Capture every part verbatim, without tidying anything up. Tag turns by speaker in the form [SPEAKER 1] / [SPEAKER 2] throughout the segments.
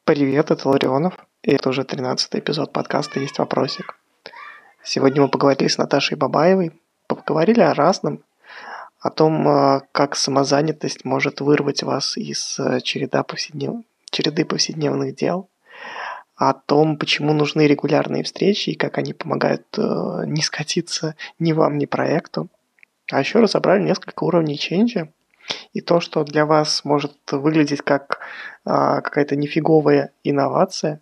[SPEAKER 1] Привет, это Ларионов, и это уже тринадцатый эпизод подкаста «Есть вопросик». Сегодня мы поговорили с Наташей Бабаевой, поговорили о разном, о том, а, как самозанятость может вырвать вас из э, череда повседнев- череды повседневных дел, о том, почему нужны регулярные встречи и как они помогают э, не скатиться ни вам, ни проекту. А еще разобрали несколько уровней ченджа и то, что для вас может выглядеть как а, какая-то нифиговая инновация,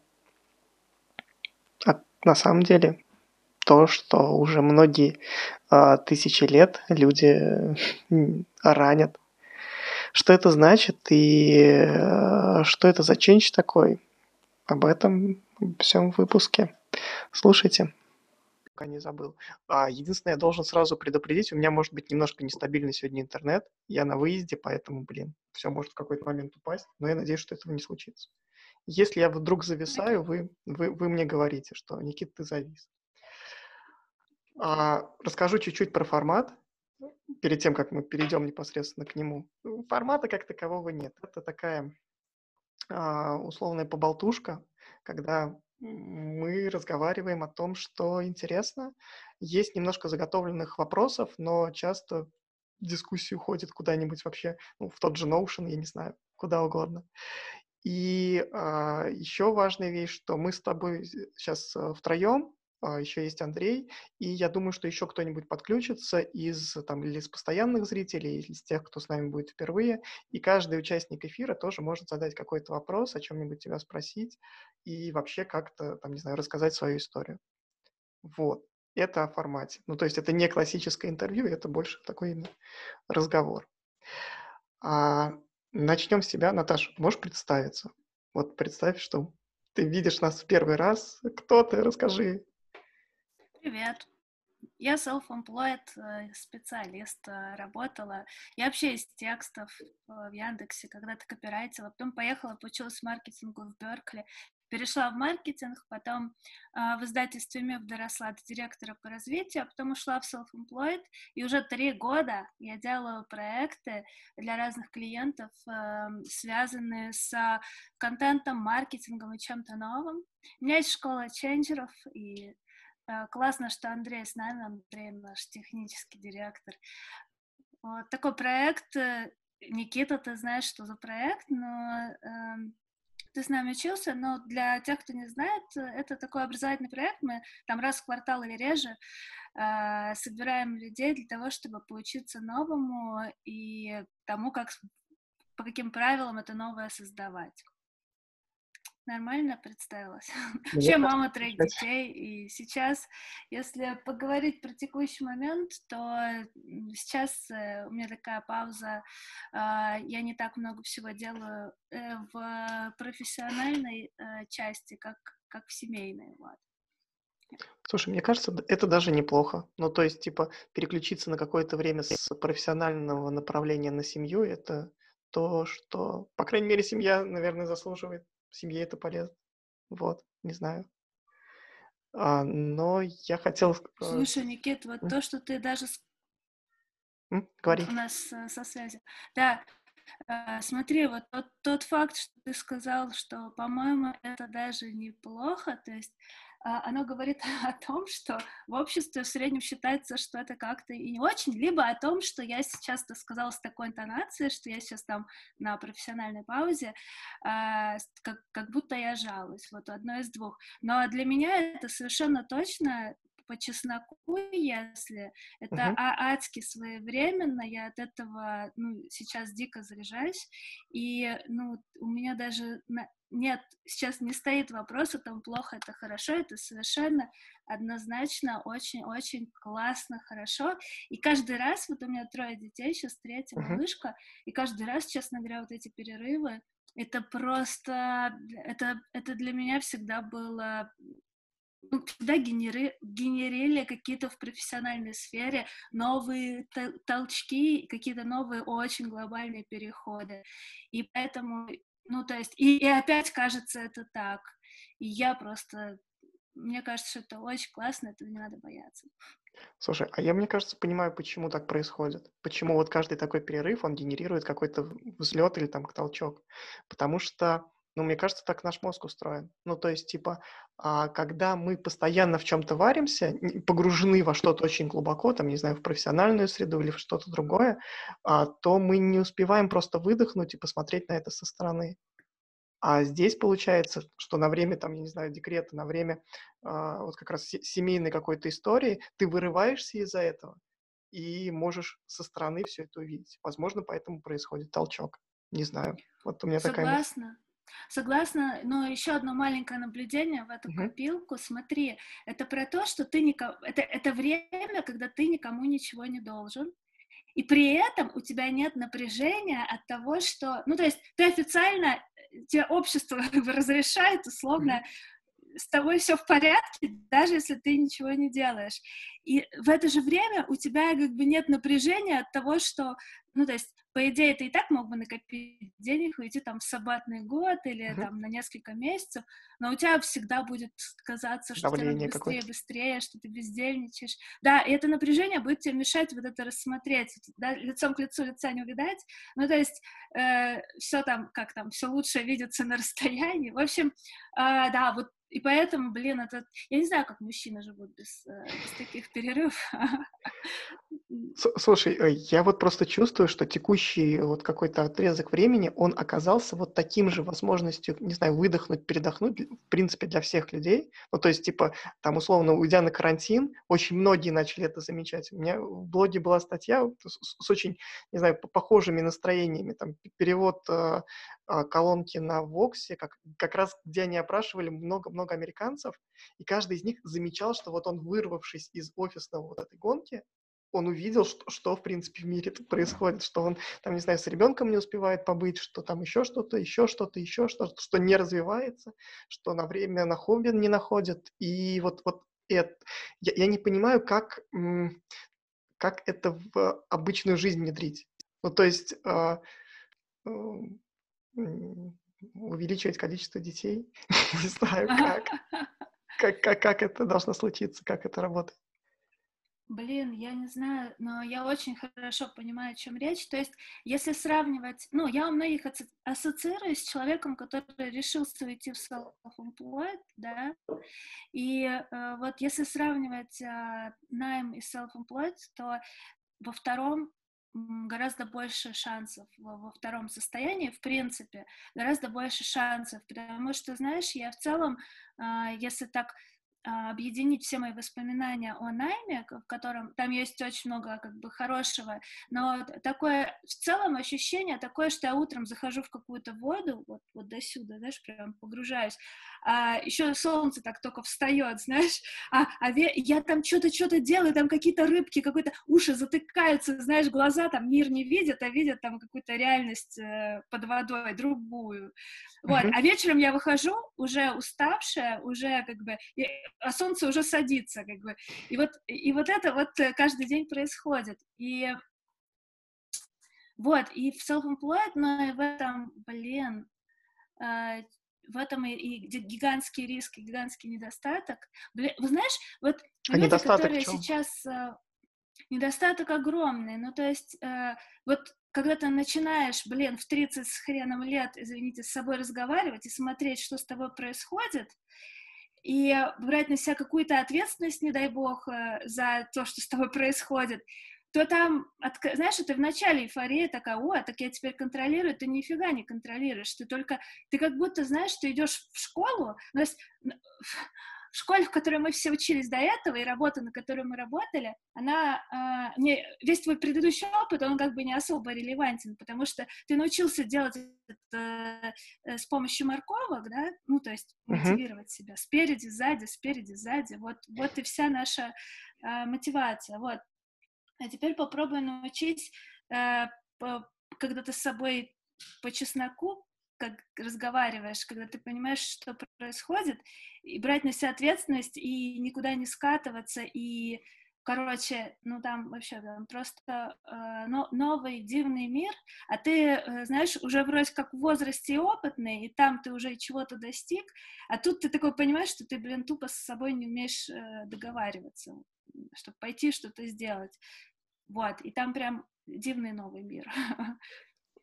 [SPEAKER 1] а на самом деле то, что уже многие а, тысячи лет люди м, ранят. Что это значит и э, что это за ченч такой? Об этом в всем выпуске. Слушайте. Пока не забыл. А, единственное, я должен сразу предупредить, у меня может быть немножко нестабильный сегодня интернет. Я на выезде, поэтому, блин, все может в какой-то момент упасть. Но я надеюсь, что этого не случится. Если я вдруг зависаю, вы, вы, вы мне говорите, что Никита, ты завис. А, расскажу чуть-чуть про формат, перед тем, как мы перейдем непосредственно к нему. Ну, формата как такового нет. Это такая а, условная поболтушка, когда мы разговариваем о том, что интересно. Есть немножко заготовленных вопросов, но часто дискуссия уходит куда-нибудь вообще, ну, в тот же Notion, я не знаю, куда угодно. И а, еще важная вещь, что мы с тобой сейчас втроем, а, еще есть Андрей, и я думаю, что еще кто-нибудь подключится из там или из постоянных зрителей, или из тех, кто с нами будет впервые, и каждый участник эфира тоже может задать какой-то вопрос, о чем-нибудь тебя спросить, и вообще как-то, там, не знаю, рассказать свою историю. Вот. Это о формате. Ну, то есть это не классическое интервью, это больше такой именно разговор. А, начнем с тебя. Наташа, можешь представиться? Вот представь, что ты видишь нас в первый раз. Кто ты? Расскажи.
[SPEAKER 2] Привет. Я self-employed э, специалист, э, работала. Я вообще из текстов э, в Яндексе когда-то копирайтила, потом поехала, поучилась маркетингу в Беркли, перешла в маркетинг, потом э, в издательстве МИФ доросла до директора по развитию, а потом ушла в self-employed, и уже три года я делаю проекты для разных клиентов, э, связанные с контентом, маркетингом и чем-то новым. У меня есть школа ченджеров, и Э, классно, что Андрей с нами, Андрей наш технический директор. Вот такой проект. э, Никита, ты знаешь, что за проект, но э, ты с нами учился, но для тех, кто не знает, э, это такой образовательный проект. Мы там раз в квартал или реже э, собираем людей для того, чтобы поучиться новому и тому, как, по каким правилам это новое создавать. Нормально представилась.
[SPEAKER 1] Мне
[SPEAKER 2] Вообще
[SPEAKER 1] кажется,
[SPEAKER 2] мама троих
[SPEAKER 1] замечательно.
[SPEAKER 2] детей, и сейчас, если поговорить про текущий момент, то сейчас э, у меня такая пауза, э, я не так много всего делаю э, в профессиональной э, части, как, как в семейной, вот.
[SPEAKER 1] Слушай, мне кажется, д- это даже неплохо. Ну, то есть, типа, переключиться на какое-то время с профессионального направления на семью, это то, что, по крайней мере, семья, наверное, заслуживает. В семье это полезно. Вот, не знаю. А, но я хотел... э,
[SPEAKER 2] Слушай, Никит, вот
[SPEAKER 1] м,
[SPEAKER 2] то, что ты даже с-
[SPEAKER 1] м,
[SPEAKER 2] у
[SPEAKER 1] говори.
[SPEAKER 2] нас э, со связи, да. А, смотри, вот тот, тот факт, что ты сказал, что, по-моему, это даже неплохо, то есть а, оно говорит о том, что в обществе в среднем считается, что это как-то и не очень, либо о том, что я сейчас это сказала с такой интонацией, что я сейчас там на профессиональной паузе, а, с- как, как будто я жалуюсь, вот одно из двух. Но для меня это совершенно точно по чесноку, если это
[SPEAKER 1] Мгм.
[SPEAKER 2] а- адски своевременно, я от этого, ну, сейчас дико заряжаюсь, и, ну, у меня даже на- нет, сейчас не стоит вопрос о том, плохо это хорошо, это совершенно однозначно очень-очень классно, хорошо, и каждый раз, вот у меня трое детей, сейчас третья
[SPEAKER 1] Мгм.
[SPEAKER 2] малышка, и каждый раз, честно говоря, вот эти перерывы, это просто, это, это для меня всегда было, ну, всегда генери- генерили какие-то в профессиональной сфере новые тол- толчки, какие-то новые очень глобальные переходы. И поэтому, ну, то есть, и, и опять кажется это так. И я просто, мне кажется, что это очень классно, этого не надо бояться.
[SPEAKER 1] Слушай, а я, мне кажется, понимаю, почему так происходит. Почему вот каждый такой перерыв, он генерирует какой-то взлет или там толчок. Потому что Ну, мне кажется, так наш мозг устроен. Ну, то есть, типа, а, когда мы постоянно в чем-то варимся, н- погружены во что-то очень глубоко, там, не знаю, в профессиональную среду или в что-то другое, а, то мы не успеваем просто выдохнуть и посмотреть на это со стороны. А здесь получается, что на время, там, я не знаю, декрета, на время а, вот как раз се- семейной какой-то истории ты вырываешься из-за этого и можешь со стороны все это увидеть. Возможно, поэтому происходит толчок. Не знаю. Вот у меня такая мысль.
[SPEAKER 2] Согласна. Согласна, но еще одно маленькое наблюдение в эту
[SPEAKER 1] Мгм.
[SPEAKER 2] копилку. Смотри, это про то, что ты никому... Это, это время, когда ты никому ничего не должен, и при этом у тебя нет напряжения от того, что... Ну, то есть ты официально... Тебе общество как бы разрешает
[SPEAKER 1] Мгм.
[SPEAKER 2] условно с тобой все в порядке, даже если ты ничего не делаешь. И в это же время у тебя как бы нет напряжения от того, что, ну, то есть, по идее, ты и так мог бы накопить денег, уйти там в саббатный год или
[SPEAKER 1] Мгм.
[SPEAKER 2] там на несколько месяцев, но у тебя всегда будет казаться, что тебе надо
[SPEAKER 1] Давление
[SPEAKER 2] быстрее,
[SPEAKER 1] какое-то.
[SPEAKER 2] быстрее, что ты бездельничаешь. Да, и это напряжение будет тебе мешать вот это рассмотреть, да, лицом к лицу лица не увидать. Ну, то есть, э, все там, как там, все лучше видится на расстоянии. В общем, а, да, вот и поэтому, блин, это... Я не знаю, как мужчины живут без, э, без таких перерывов.
[SPEAKER 1] С слушай, э, я вот просто чувствую, что текущий вот какой-то отрезок времени, он оказался вот таким же возможностью, не знаю, выдохнуть, передохнуть, дл в принципе, для всех людей. Ну, то есть, типа, там, условно, уйдя на карантин, очень многие начали это замечать. У меня в блоге была статья вот с с с очень, не знаю, п похожими настроениями. Там п перевод, э, а, колонки на "Воксе", как как раз где они опрашивали много-много американцев, и каждый из них замечал, что вот он, вырвавшись из офисного вот этой гонки, он увидел, что, что в принципе в мире тут происходит, что он там, не знаю, с ребенком не успевает побыть, что там еще что-то, еще что-то, еще что-то, что не развивается, что на время на хобби не находит. И вот, вот это, я, я не понимаю, как, м, как это в обычную жизнь внедрить. Ну, то есть а, м, м, увеличивать количество детей, не знаю, как, как, как, как это должно случиться, как это работает.
[SPEAKER 2] Блин, я не знаю, но я очень хорошо понимаю, о чем речь. То есть, если сравнивать, ну, я у многих асо- ассоциируюсь с человеком, который решился уйти в self-employed, да, и э, вот если сравнивать э, найм и self-employed, то во втором м, гораздо больше шансов, во, во втором состоянии, в принципе, гораздо больше шансов, потому что, знаешь, я в целом, а, если так а, объединить все мои воспоминания о найме, к- в котором там есть очень много как бы хорошего, но т- такое в целом ощущение такое, что я утром захожу в какую-то воду, вот, вот до сюда, знаешь, прям погружаюсь, а еще солнце так только встает, знаешь, а, а ве- я там что-то, что-то делаю, там какие-то рыбки, какой-то уши затыкаются, знаешь, глаза там мир не видят, а видят там какую-то реальность э, под водой, другую. Вот,
[SPEAKER 1] Мгм.
[SPEAKER 2] а вечером я выхожу уже уставшая, уже как бы, и- а солнце уже садится, как бы. И вот, и вот это вот э, каждый день происходит. И вот, и в self-employed, но и в этом, блин, э, в этом и, и гигантский риск, и гигантский недостаток. Блин, вы знаешь, вот
[SPEAKER 1] А
[SPEAKER 2] люди,
[SPEAKER 1] недостаток в
[SPEAKER 2] которые
[SPEAKER 1] чем?
[SPEAKER 2] сейчас... э, недостаток огромный. Ну, то есть, э, вот когда ты начинаешь, блин, в тридцать с хреном лет, извините, с собой разговаривать и смотреть, что с тобой происходит, и брать на себя какую-то ответственность, не дай бог, э, за то, что с тобой происходит, то там, отк- знаешь, это в начале эйфория такая, о, так я теперь контролирую, ты нифига не контролируешь, ты только, ты как будто, знаешь, ты идешь в школу, то есть н- в школе, в которой мы все учились до этого, и работа, на которой мы работали, она, а, не, весь твой предыдущий опыт, он как бы не особо релевантен, потому что ты научился делать это э, с помощью морковок, да, ну, то есть
[SPEAKER 1] Мгм.
[SPEAKER 2] мотивировать себя спереди, сзади, спереди, сзади, вот, вот и вся наша а, мотивация, вот. А теперь попробуй научись, э, по- когда ты с собой по чесноку, как разговариваешь, когда ты понимаешь, что происходит, и брать на себя ответственность, и никуда не скатываться, и, короче, ну там вообще там просто э, но, новый дивный мир, а ты, э, знаешь, уже вроде как в возрасте и опытный, и там ты уже чего-то достиг, а тут ты такой понимаешь, что ты, блин, тупо с собой не умеешь э, договариваться, чтобы пойти что-то сделать. Вот, и там прям дивный новый мир.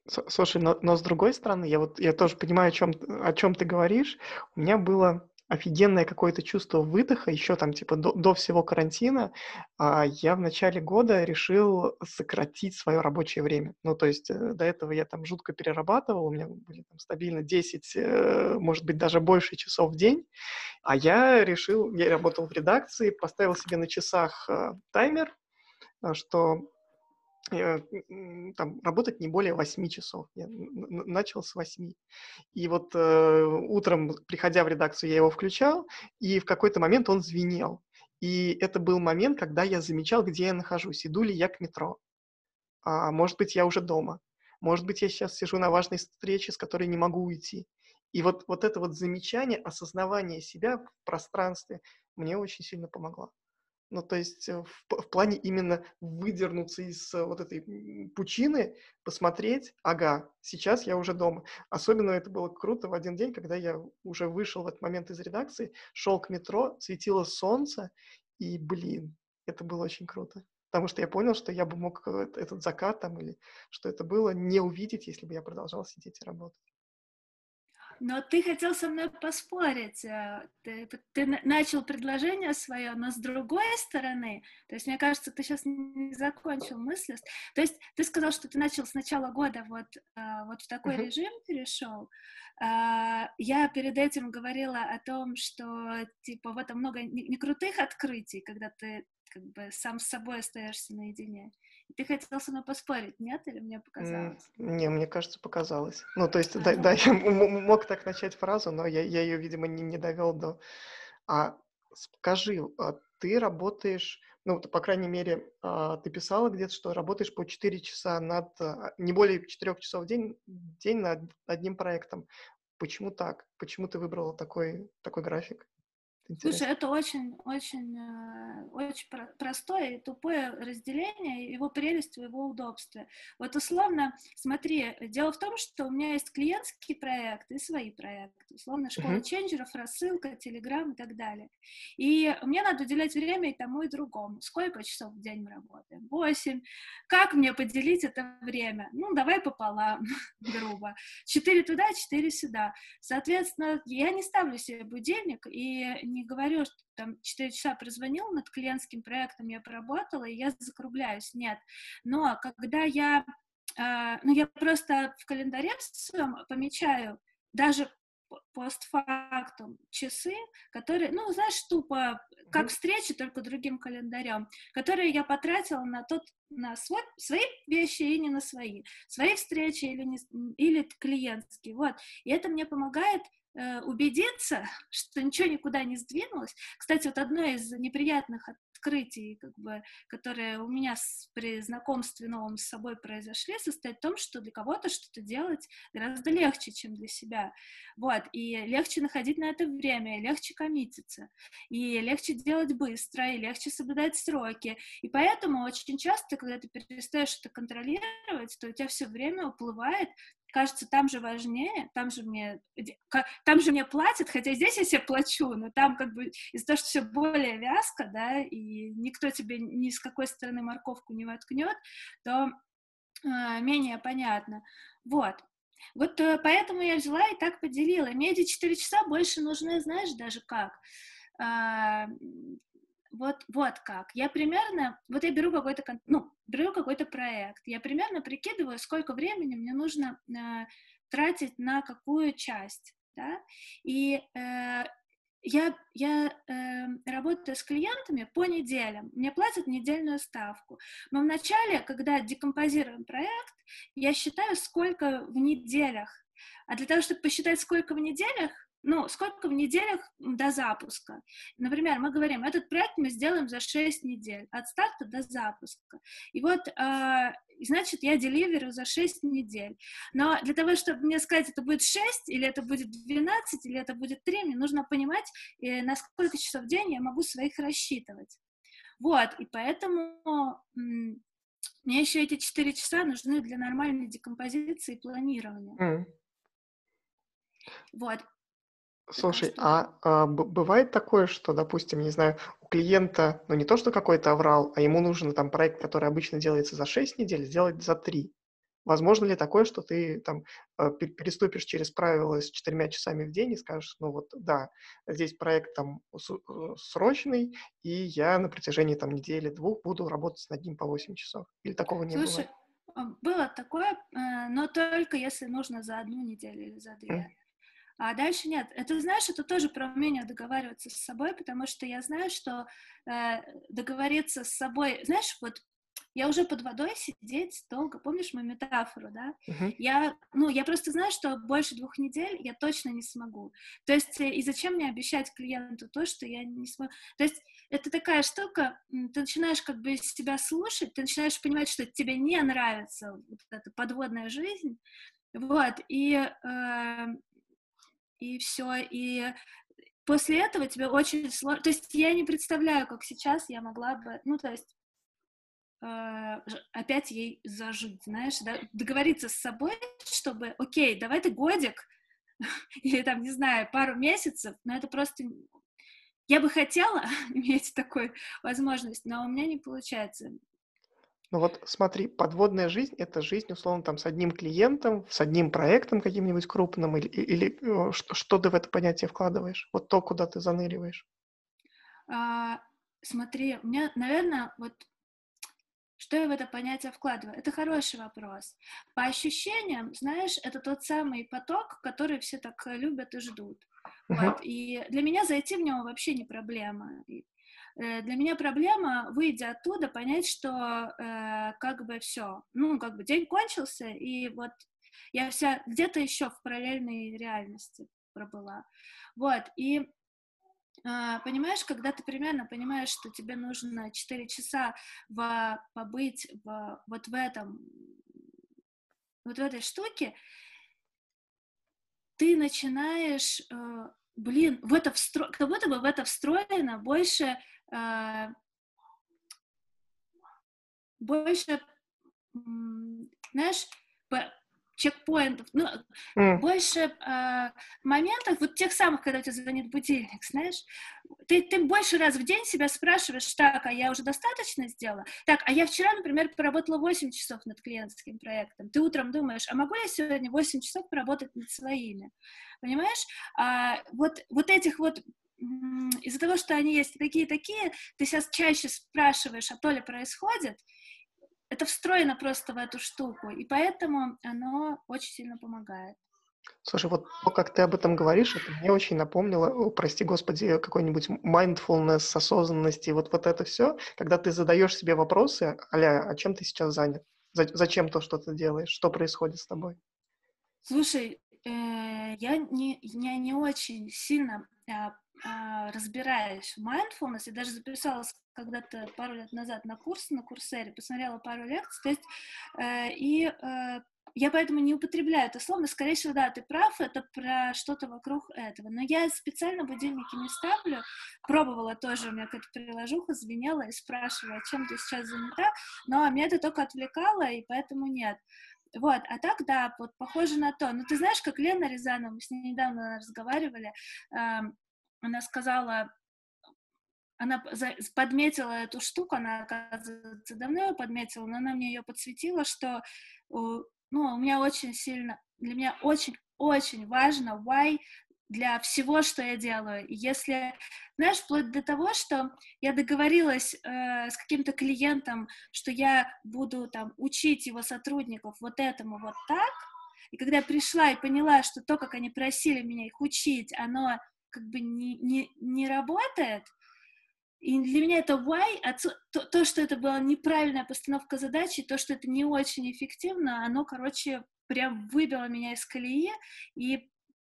[SPEAKER 1] С- Слушай, но, но с другой стороны, я вот я тоже понимаю, о чем, о чем ты говоришь. У меня было офигенное какое-то чувство выдоха еще там типа до, до всего карантина. А, я в начале года решил сократить свое рабочее время. Ну, то есть э, до этого я там жутко перерабатывал, у меня были там стабильно десять, э, может быть, даже больше часов в день. А я решил, я работал в редакции, поставил себе на часах э, таймер, э, что э, м, там работать не более восьми часов. Я н- н- начал с восьми. И вот э, утром, приходя в редакцию, я его включал, и в какой-то момент он звенел. И это был момент, когда я замечал, где я нахожусь. Иду ли я к метро? А может быть, я уже дома? Может быть, я сейчас сижу на важной встрече, с которой не могу уйти? И вот, вот это вот замечание, осознавание себя в пространстве мне очень сильно помогло. Ну, то есть э, в, п- в плане именно выдернуться из э, вот этой м, пучины, посмотреть, ага, сейчас я уже дома. Особенно это было круто в один день, когда я уже вышел в этот момент из редакции, шел к метро, светило солнце, и, блин, это было очень круто. Потому что я понял, что я бы мог э, этот закат там, или что это было, не увидеть, если бы я продолжал сидеть и работать.
[SPEAKER 2] Но ты хотел со мной поспорить. э, Ты, ты на- начал предложение свое, но с другой стороны, то есть мне кажется, ты сейчас не закончил мысль. То есть ты сказал, что ты начал с начала года вот, э, вот в такой
[SPEAKER 1] Мгм.
[SPEAKER 2] режим перешел. А, Я перед этим говорила о том, что типа в этом много не, не крутых открытий, когда ты как бы сам с собой остаешься наедине. И ты хотел со мной поспорить, нет? Или мне
[SPEAKER 1] М,
[SPEAKER 2] показалось?
[SPEAKER 1] Не, мне кажется, показалось. Ну, то есть,
[SPEAKER 2] А,
[SPEAKER 1] да,
[SPEAKER 2] ну,
[SPEAKER 1] да, я м- м- мог так начать фразу, но я, я ее, видимо, не, не довел до... А скажи, а ты работаешь, ну, вот, по крайней мере, а, ты писала где-то, что работаешь по четыре часа над, а, не более четырех часов в день, день над одним проектом. Почему так? Почему ты выбрала такой, такой график?
[SPEAKER 2] Слушай,
[SPEAKER 1] Интересно.
[SPEAKER 2] это очень, очень, э, очень про- простое и тупое разделение, его прелесть в его удобстве. Вот условно, смотри, дело в том, что у меня есть клиентский проект и свои проекты. Условно, школа
[SPEAKER 1] Мгм.
[SPEAKER 2] ченджеров, рассылка, телеграм и так далее. И мне надо уделять время и тому, и другому. Сколько часов в день мы работаем? Восемь. Как мне поделить это время? Ну, давай пополам, грубо. Четыре туда, четыре сюда. Соответственно, я не ставлю себе будильник и не говорю, что там четыре часа прозвонил над клиентским проектом, я поработала, и я закругляюсь. Нет. Но когда я, э, ну, я просто в календаре своем помечаю даже постфактум часы, которые, ну, знаешь, тупо как
[SPEAKER 1] Мгм.
[SPEAKER 2] встречи, только другим календарем, которые я потратила на тот, на свой, свои вещи и не на свои. Свои встречи или, не, или клиентские. Вот. И это мне помогает э, убедиться, что ничего никуда не сдвинулось. Кстати, вот одно из неприятных открытий, как бы, которые у меня с, при знакомстве новом с собой произошли, состоит в том, что для кого-то что-то делать гораздо легче, чем для себя. Вот. И легче находить на это время, и легче коммититься, и легче делать быстро, и легче соблюдать сроки. И поэтому очень часто, когда ты перестаешь это контролировать, то у тебя все время уплывает, кажется, там же важнее, там же мне, там же мне платят, хотя здесь я себе плачу, но там как бы из-за того, что все более вязко, да, и никто тебе ни с какой стороны морковку не воткнет, то э, менее понятно. Вот. Вот э, поэтому я взяла и так поделила. Мне эти четыре часа больше нужны, знаешь, даже как. А, вот, вот как. Я примерно, вот я беру какой-то, ну, беру какой-то проект, я примерно прикидываю, сколько времени мне нужно э, тратить на какую часть, да, и э, я, я э, работаю с клиентами по неделям, мне платят недельную ставку, но вначале, когда декомпозируем проект, я считаю, сколько в неделях, а для того, чтобы посчитать, сколько в неделях, ну, сколько в неделях до запуска. Например, мы говорим, этот проект мы сделаем за шесть недель, от старта до запуска. И вот, э, значит, я деливерю за шесть недель. Но для того, чтобы мне сказать, это будет шесть, или это будет двенадцать, или это будет три, мне нужно понимать, э, на сколько часов в день я могу своих рассчитывать. Вот, и поэтому м, мне еще эти четыре часа нужны для нормальной декомпозиции и планирования.
[SPEAKER 1] М.
[SPEAKER 2] Вот, такая
[SPEAKER 1] Слушай,
[SPEAKER 2] штука.
[SPEAKER 1] а, а, б- бывает такое, что, допустим, не знаю, у клиента, ну не то, что какой-то аврал, а ему нужно там проект, который обычно делается за шесть недель, сделать за три. Возможно ли такое, что ты там э, пе- переступишь через правила с четырьмя часами в день и скажешь, ну вот, да, здесь проект там су- э, срочный, и я на протяжении там недели-двух буду работать над ним по восемь часов. Или такого не
[SPEAKER 2] Слушай,
[SPEAKER 1] бывает?
[SPEAKER 2] а, было такое, э, но только если нужно за одну неделю или за
[SPEAKER 1] М,
[SPEAKER 2] две. А дальше нет. Это, знаешь, это тоже про умение договариваться с собой, потому что я знаю, что э, договориться с собой, знаешь, вот я уже под водой сидеть долго, помнишь мою метафору, да?
[SPEAKER 1] мгм.
[SPEAKER 2] Я, ну, я просто знаю, что больше двух недель я точно не смогу. То есть, э, и зачем мне обещать клиенту то, что я не смогу? То есть, это такая штука, м, ты начинаешь как бы себя слушать, ты начинаешь понимать, что тебе не нравится вот эта подводная жизнь, вот, и, э, и все, и после этого тебе очень сложно, то есть я не представляю, как сейчас я могла бы, ну, то есть э, опять ей зажить, знаешь, да? Договориться с собой, чтобы, окей, давай ты годик, или там, не знаю, пару месяцев, но это просто... Я бы хотела иметь такую возможность, но у меня не получается.
[SPEAKER 1] Ну вот смотри, подводная жизнь — это жизнь, условно, там, с одним клиентом, с одним проектом каким-нибудь крупным, или, и- или э, что, что ты в это понятие вкладываешь? Вот то, куда ты заныриваешь.
[SPEAKER 2] А, смотри, у меня, наверное, вот что я в это понятие вкладываю? Это хороший вопрос. По ощущениям, знаешь, это тот самый поток, который все так э, любят и ждут.
[SPEAKER 1] Мгм.
[SPEAKER 2] Вот. И для меня зайти в него вообще не проблема. И, э, Для меня проблема, выйдя оттуда, понять, что э, как бы все, ну, как бы день кончился, и вот я вся где-то еще в параллельной реальности пробыла. Вот. И а, понимаешь, когда ты примерно понимаешь, что тебе нужно четыре часа в, побыть в, вот в этом, вот в этой штуке, ты начинаешь, э, блин, в это встро... как будто бы в это встроено больше, э, больше, м, знаешь, по- чекпоинтов, ну,
[SPEAKER 1] М.
[SPEAKER 2] больше э, моментов, вот тех самых, когда у тебя звонит будильник, знаешь, ты, ты больше раз в день себя спрашиваешь, так, а я уже достаточно сделала? Так, а я вчера, например, поработала восемь часов над клиентским проектом. Ты утром думаешь, а могу я сегодня восемь часов поработать над своими? Понимаешь? А, вот, вот этих вот м, из-за того, что они есть такие-такие, ты сейчас чаще спрашиваешь, а то ли происходит, это встроено просто в эту штуку, и поэтому оно очень сильно помогает.
[SPEAKER 1] Слушай, вот то, как ты об этом говоришь, это мне очень напомнило, о, прости господи, какой-нибудь mindfulness, осознанности, вот, вот это все, когда ты задаешь себе вопросы, а-ля, а чем ты сейчас занят? За- Зачем то, что ты делаешь? Что происходит с тобой?
[SPEAKER 2] Слушай, э, я не, я не очень сильно а, а, разбираюсь в mindfulness, я даже записалась когда-то пару лет назад на курс на Курсере, посмотрела пару лекций, то есть, э, и э, я поэтому не употребляю это слово, но, скорее всего, да, ты прав, это про что-то вокруг этого, но я специально будильники не ставлю, пробовала тоже, у меня какая-то приложуха звенела и спрашивала, чем ты сейчас занята, но меня это только отвлекало, и поэтому нет. Вот, а так, да, вот похоже на то. Ну, ты знаешь, как Лена Рязанова, мы с ней недавно разговаривали, эм, она сказала, она за- подметила эту штуку, она, оказывается, давно ее подметила, но она мне ее подсветила, что, у- ну, у меня очень сильно, для меня очень-очень важно why для всего, что я делаю. И если, знаешь, вплоть до того, что я договорилась э, с каким-то клиентом, что я буду там учить его сотрудников вот этому вот так, и когда я пришла и поняла, что то, как они просили меня их учить, оно как бы не, не, не работает, и для меня это why, отсу- то, то, что это была неправильная постановка задачи, то, что это не очень эффективно, оно, короче, прям выбило меня из колеи. И,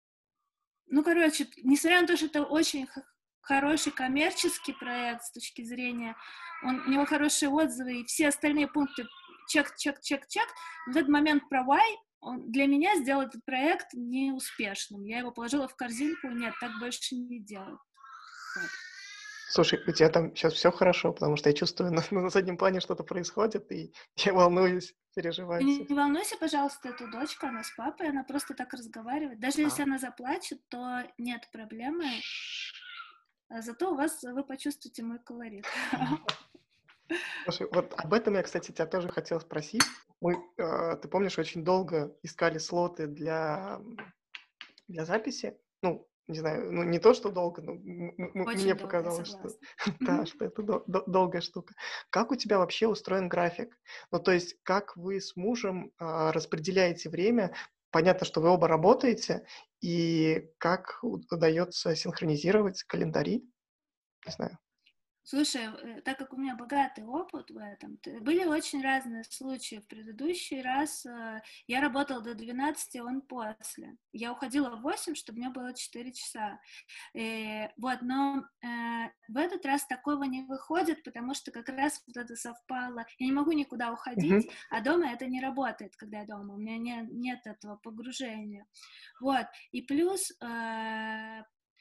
[SPEAKER 2] ну, короче, несмотря на то, что это очень х- хороший коммерческий проект с точки зрения, он, у него хорошие отзывы, и все остальные пункты чек, чек, чек, чек, в этот момент про why он для меня сделал этот проект неуспешным. Я его положила в корзинку, нет, так больше не делать. Вот.
[SPEAKER 1] Слушай, у тебя там сейчас все хорошо, потому что я чувствую, на, на заднем плане что-то происходит, и я волнуюсь,
[SPEAKER 2] Ты
[SPEAKER 1] переживаю все.
[SPEAKER 2] не волнуйся, пожалуйста, эту дочку, она с папой, она просто так разговаривает. Даже если
[SPEAKER 1] А.
[SPEAKER 2] она заплачет, то нет проблемы. А зато у вас вы почувствуете мой колорит.
[SPEAKER 1] Слушай, вот об этом я, кстати, тебя тоже хотел спросить. Мы, э, ты помнишь, очень долго искали слоты для, для записи. Ну, не знаю, ну не то, что долго, но м- м- м- мне
[SPEAKER 2] Очень долго, я
[SPEAKER 1] показалось, что
[SPEAKER 2] согласна.
[SPEAKER 1] да,
[SPEAKER 2] Мгм.
[SPEAKER 1] что это дол- дол- долгая штука. Как у тебя вообще устроен график? Ну, то есть, как вы с мужем а, распределяете время? Понятно, что вы оба работаете, и как у- удается синхронизировать календари? Не знаю.
[SPEAKER 2] Слушай, э, так как у меня богатый опыт в этом, т- были очень разные случаи. В предыдущий раз э, я работала до двенадцати, он после. Я уходила в восемь, чтобы мне было четыре часа. Э, вот, но э, в этот раз такого не выходит, потому что как раз вот это совпало. Я не могу никуда уходить,
[SPEAKER 1] Мгм.
[SPEAKER 2] а дома это не работает, когда я дома. У меня не, нет этого погружения. Вот, и плюс э,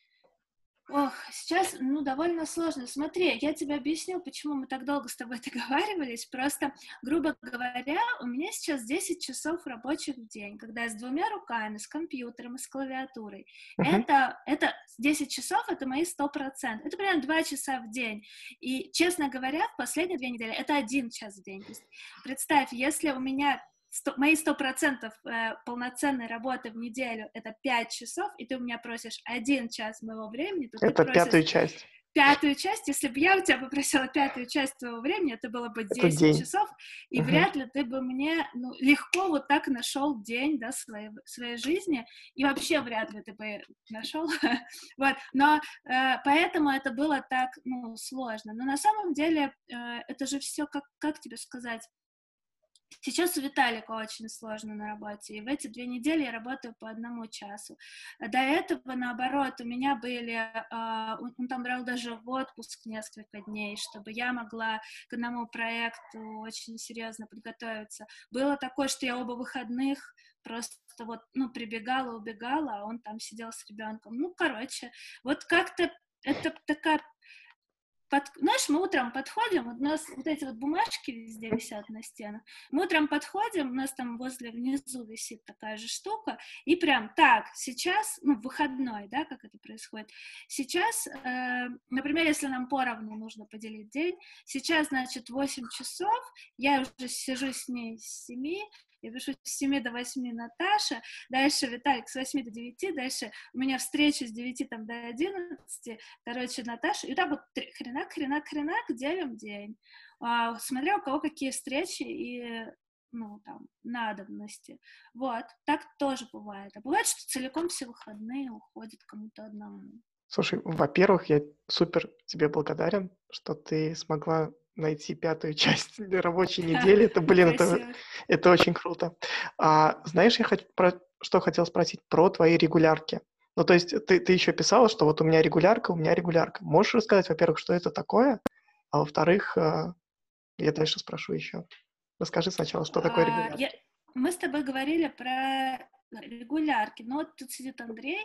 [SPEAKER 2] ох, сейчас, ну, довольно сложно. Смотри, я тебе объясню, почему мы так долго с тобой договаривались. Просто, грубо говоря, у меня сейчас десять часов рабочих в день, когда я с двумя руками, с компьютером и с клавиатурой.
[SPEAKER 1] Мгм.
[SPEAKER 2] Это, это десять часов, это мои сто процентов. Это примерно два часа в день. И, честно говоря, в последние две недели это один час в день. То есть, представь, если у меня сто, мои сто процентов э, полноценной работы в неделю — это пять часов, и ты у меня просишь один час моего времени, то ты
[SPEAKER 1] Это
[SPEAKER 2] просишь
[SPEAKER 1] пятую часть.
[SPEAKER 2] пятую часть. Если бы я у тебя попросила пятую часть твоего времени, это было бы
[SPEAKER 1] Это
[SPEAKER 2] десять
[SPEAKER 1] день.
[SPEAKER 2] часов, и
[SPEAKER 1] Мгм.
[SPEAKER 2] вряд ли ты бы мне ну, легко вот так нашел день, да, своей, своей жизни, и вообще вряд ли ты бы нашел. Вот. Но э, поэтому это было так, ну, сложно. Но на самом деле э, это же все, как, как тебе сказать, сейчас у Виталика очень сложно на работе, и в эти две недели я работаю по одному часу. До этого, наоборот, у меня были, э, он, он там брал даже в отпуск несколько дней, чтобы я могла к одному проекту очень серьезно подготовиться. Было такое, что я оба выходных просто вот, ну, прибегала, убегала, а он там сидел с ребенком. Ну, короче, вот как-то это такая под... Знаешь, мы утром подходим, вот у нас вот эти вот бумажки везде висят на стенах, мы утром подходим, у нас там возле внизу висит такая же штука, и прям так, сейчас, ну, выходной, да, как это происходит, сейчас, э, например, если нам поровну нужно поделить день, сейчас, значит, восемь часов, я уже сижу с ней с семи, я пишу с семи до восьми Наташа, дальше Виталик с восьми до девяти, дальше у меня встреча с девяти там до одиннадцати, короче, Наташа, и так вот хренак, хренак, хренак, делим день. А, смотря у кого какие встречи и, ну, там, надобности. Вот, так тоже бывает. А бывает, что целиком все выходные уходят кому-то одному.
[SPEAKER 1] Слушай, во-первых, я супер тебе благодарен, что ты смогла найти пятую часть рабочей недели. Это, блин, это,
[SPEAKER 2] Спасибо.
[SPEAKER 1] это очень круто. А, знаешь, я хот- про, что хотел спросить про твои регулярки. Ну, то есть ты, ты еще писала, что вот у меня регулярка, у меня регулярка. Можешь рассказать, во-первых, что это такое? А во-вторых, а, я дальше спрошу еще. Расскажи сначала, что такое
[SPEAKER 2] А, я...
[SPEAKER 1] регулярки.
[SPEAKER 2] Мы с тобой говорили про регулярки, но вот тут сидит Андрей,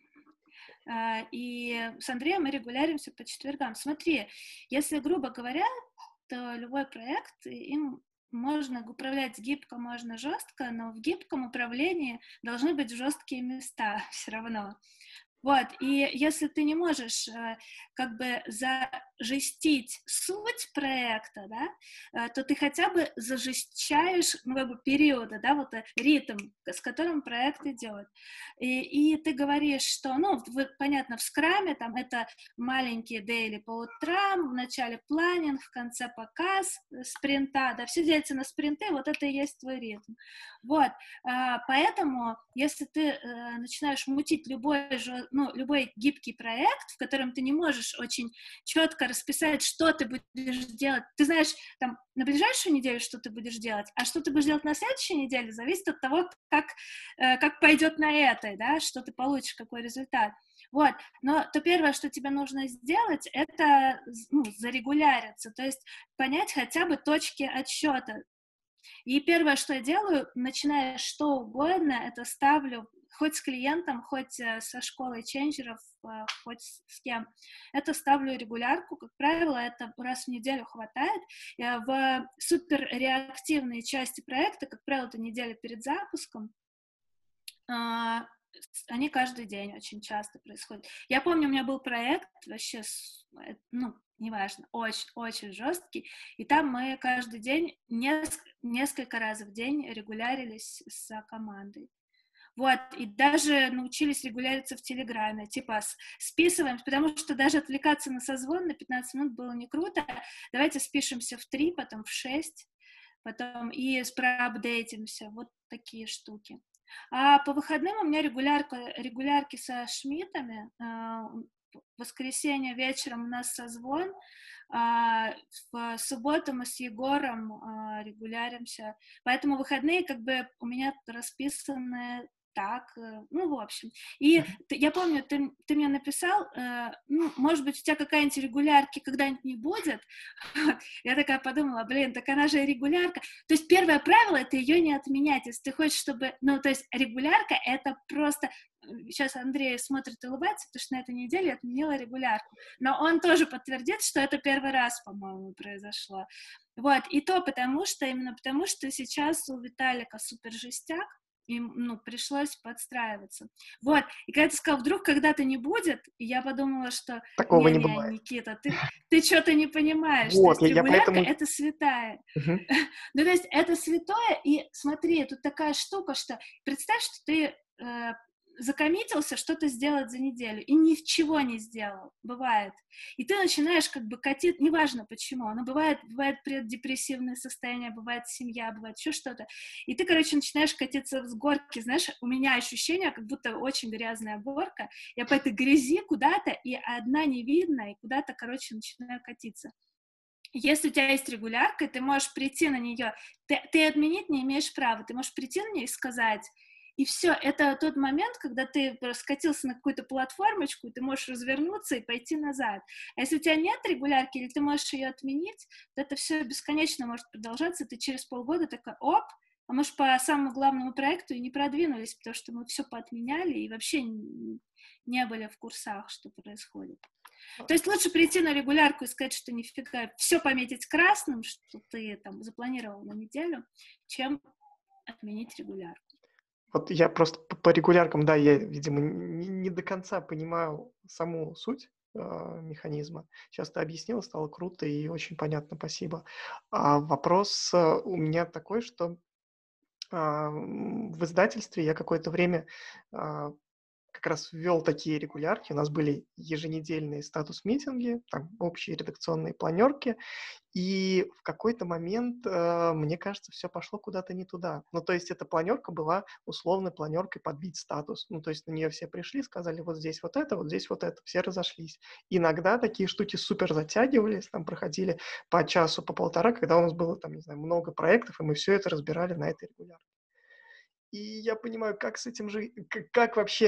[SPEAKER 2] а, и с Андреем мы регуляримся по четвергам. Смотри, если грубо говоря, то любой проект, им можно управлять гибко, можно жестко, но в гибком управлении должны быть жесткие места все равно. Вот, и если ты не можешь э, как бы зажестить суть проекта, да, э, то ты хотя бы зажестчаешь, ну, как бы периоды, да, вот э, ритм, с которым проект идет. И, и ты говоришь, что, ну, вы, понятно, в скраме там это маленькие дейли по утрам, в начале планинг, в конце показ э, спринта, да, все делится на спринты, вот это и есть твой ритм. Вот, а, поэтому, если ты э, начинаешь мутить любой же, ну, любой гибкий проект, в котором ты не можешь очень четко расписать, что ты будешь делать, ты знаешь, там, на ближайшую неделю, что ты будешь делать, а что ты будешь делать на следующей неделе, зависит от того, как, э, как пойдет на этой, да, что ты получишь, какой результат. Вот, но то первое, что тебе нужно сделать, это, ну, зарегуляриться, то есть понять хотя бы точки отсчета. И первое, что я делаю, начиная что угодно, это ставлю хоть с клиентом, хоть э, со школой ченджеров, э, хоть с, с кем. Это ставлю регулярку, как правило, это раз в неделю хватает. Э, в суперреактивные части проекта, как правило, это неделя перед запуском, э, они каждый день очень часто происходят. Я помню, у меня был проект вообще, с, э, ну, неважно, очень-очень жесткий, и там мы каждый день, неск- несколько раз в день регулярились с командой. Вот, и даже научились регуляриться в Телеграме, типа с- списываем, потому что даже отвлекаться на созвон на пятнадцать минут было не круто, давайте спишемся в три, потом в шесть, потом и проапдейтимся, вот такие штуки. А по выходным у меня регулярка, регулярки со Шмидтами, а, в воскресенье вечером у нас созвон, а, в субботу мы с Егором а, регуляримся, поэтому выходные как бы у меня расписаны так, э, ну, в общем. И ты- я помню, ты, ты мне написал, э, ну, может быть, у тебя какая-нибудь регулярки когда-нибудь не будет. Вот. Я такая подумала, блин, так она же регулярка. То есть первое правило — это ее не отменять. Если ты хочешь, чтобы... Ну, то есть регулярка — это просто... Сейчас Андрей смотрит и улыбается, потому что на этой неделе я отменила регулярку. Но он тоже подтвердит, что это первый раз, по-моему, произошло. Вот, и то потому что, именно потому что сейчас у Виталика супер жестяк, им, ну, пришлось подстраиваться. Вот, и когда ты сказал, вдруг когда-то не будет, и я подумала, что
[SPEAKER 1] Такого не
[SPEAKER 2] не-не,
[SPEAKER 1] бывает.
[SPEAKER 2] Никита, ты, ты что-то не понимаешь, то
[SPEAKER 1] Вот,
[SPEAKER 2] есть
[SPEAKER 1] я, я
[SPEAKER 2] регулярка —
[SPEAKER 1] поэтому...
[SPEAKER 2] это святая.
[SPEAKER 1] Мгм.
[SPEAKER 2] Ну, то есть это святое, и смотри, тут такая штука, что представь, что ты э, закоммитился что-то сделать за неделю, и ничего не сделал, бывает. И ты начинаешь как бы катить, неважно почему, но бывает, бывает преддепрессивное состояние, бывает семья, бывает еще что-то, и ты, короче, начинаешь катиться с горки, знаешь, у меня ощущение, как будто очень грязная горка, я по этой грязи куда-то, и одна не видно, и куда-то, короче, начинаю катиться. Если у тебя есть регулярка, ты можешь прийти на нее, ты, ты отменить не имеешь права, ты можешь прийти на нее и сказать, и все, это тот момент, когда ты скатился на какую-то платформочку, и ты можешь развернуться и пойти назад. А если у тебя нет регулярки, или ты можешь ее отменить, то это все бесконечно может продолжаться, ты через полгода такой, оп, а мы же по самому главному проекту и не продвинулись, потому что мы все поотменяли и вообще не были в курсах, что происходит. То есть лучше прийти на регулярку и сказать, что нифига, все пометить красным, что ты там запланировал на неделю, чем отменить регулярку.
[SPEAKER 1] Вот я просто по, по регуляркам, да, я, видимо, не, не до конца понимаю саму суть э, механизма. Сейчас ты объяснила, стало круто и очень понятно, спасибо. А вопрос э, у меня такой, что а, м, в издательстве я какое-то время а, как раз ввел такие регулярки. У нас были еженедельные статус-митинги, там общие редакционные планерки, и в какой-то момент, э, мне кажется, все пошло куда-то не туда. Ну, то есть эта планерка была условной планеркой подбить статус. Ну, то есть на нее все пришли, сказали, вот здесь вот это, вот здесь вот это, все разошлись. Иногда такие штуки супер затягивались, там проходили по часу, по полтора, когда у нас было, там, не знаю, много проектов, и мы все это разбирали на этой регулярке. И я понимаю, как с этим жить, как, как вообще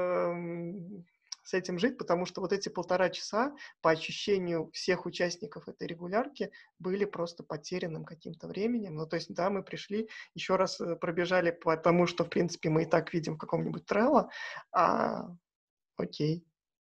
[SPEAKER 1] эм, с этим жить, потому что вот эти полтора часа, по ощущению всех участников этой регулярки, были просто потерянным каким-то временем. Ну, то есть, да, мы пришли, еще раз э, пробежали по тому, что, в принципе, мы и так видим в каком-нибудь Trello, а, окей.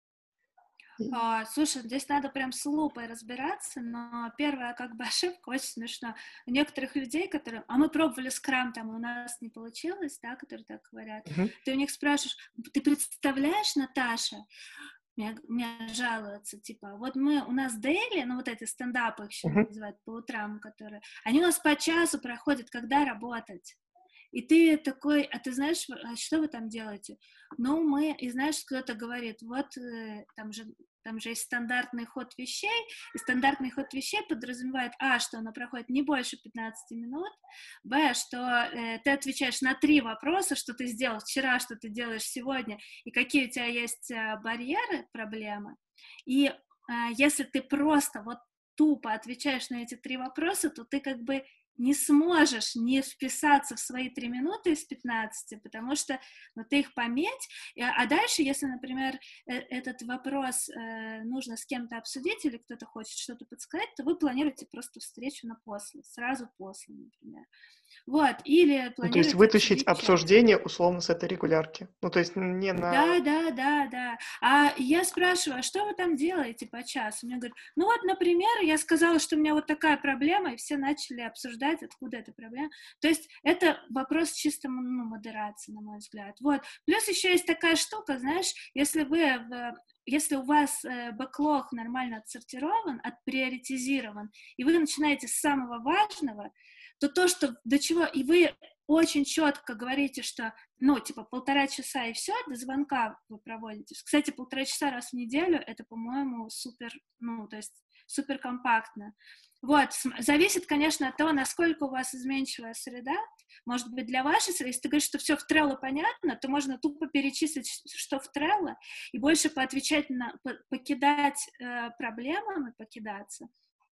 [SPEAKER 1] И-
[SPEAKER 2] А, слушай, здесь надо прям с лупой разбираться, но первая как бы ошибка очень смешно. У некоторых людей, которые... А мы пробовали скрам, там и у нас не получилось, да, которые так говорят.
[SPEAKER 1] Мгм.
[SPEAKER 2] Ты у них спрашиваешь, ты представляешь, Наташа, мне, мне жалуются, типа, вот мы, у нас дейли, ну вот эти стендапы их еще
[SPEAKER 1] Мгм.
[SPEAKER 2] называют по утрам, которые, они у нас по часу проходят, когда работать. И ты такой, а ты знаешь, а что вы там делаете? Ну, мы, и знаешь, кто-то говорит, вот э, там же, там же есть стандартный ход вещей, и стандартный ход вещей подразумевает, а, что она проходит не больше пятнадцати минут, б, что э, ты отвечаешь на три вопроса, что ты сделал вчера, что ты делаешь сегодня, и какие у тебя есть э, барьеры, проблемы. И э, если ты просто вот тупо отвечаешь на эти три вопроса, то ты как бы не сможешь не вписаться в свои три минуты из пятнадцати, потому что ну, ты их пометь, а дальше, если, например, этот вопрос э, нужно с кем-то обсудить или кто-то хочет что-то подсказать, то вы планируете просто встречу на после, сразу после, например. Вот, или
[SPEAKER 1] Ну, то есть
[SPEAKER 2] планируете
[SPEAKER 1] вытащить
[SPEAKER 2] обсудить чат.
[SPEAKER 1] обсуждение условно с этой регулярки. Ну, то есть не на...
[SPEAKER 2] Да, да, да, да. А я спрашиваю: "А что вы там делаете по часу?" Мне говорят: "Ну вот, например, я сказала, что у меня вот такая проблема", и все начали обсуждать, откуда эта проблема. То есть это вопрос чисто, м, ну, модерации, на мой взгляд. Вот. Плюс еще есть такая штука, знаешь, если вы в если у вас, э, бэклог нормально отсортирован, отприоритизирован, и вы начинаете с самого важного, то то, что до чего и вы очень четко говорите, что, ну, типа, полтора часа и все, до звонка вы проводите. Кстати, полтора часа раз в неделю — это, по-моему, супер, ну, то есть супер компактно. Вот, зависит, конечно, от того, насколько у вас изменчивая среда. Может быть, для вашей среды, если ты говоришь, что все в Trello понятно, то можно тупо перечислить, что в Trello, и больше поотвечать на, покидать э, проблемам и покидаться.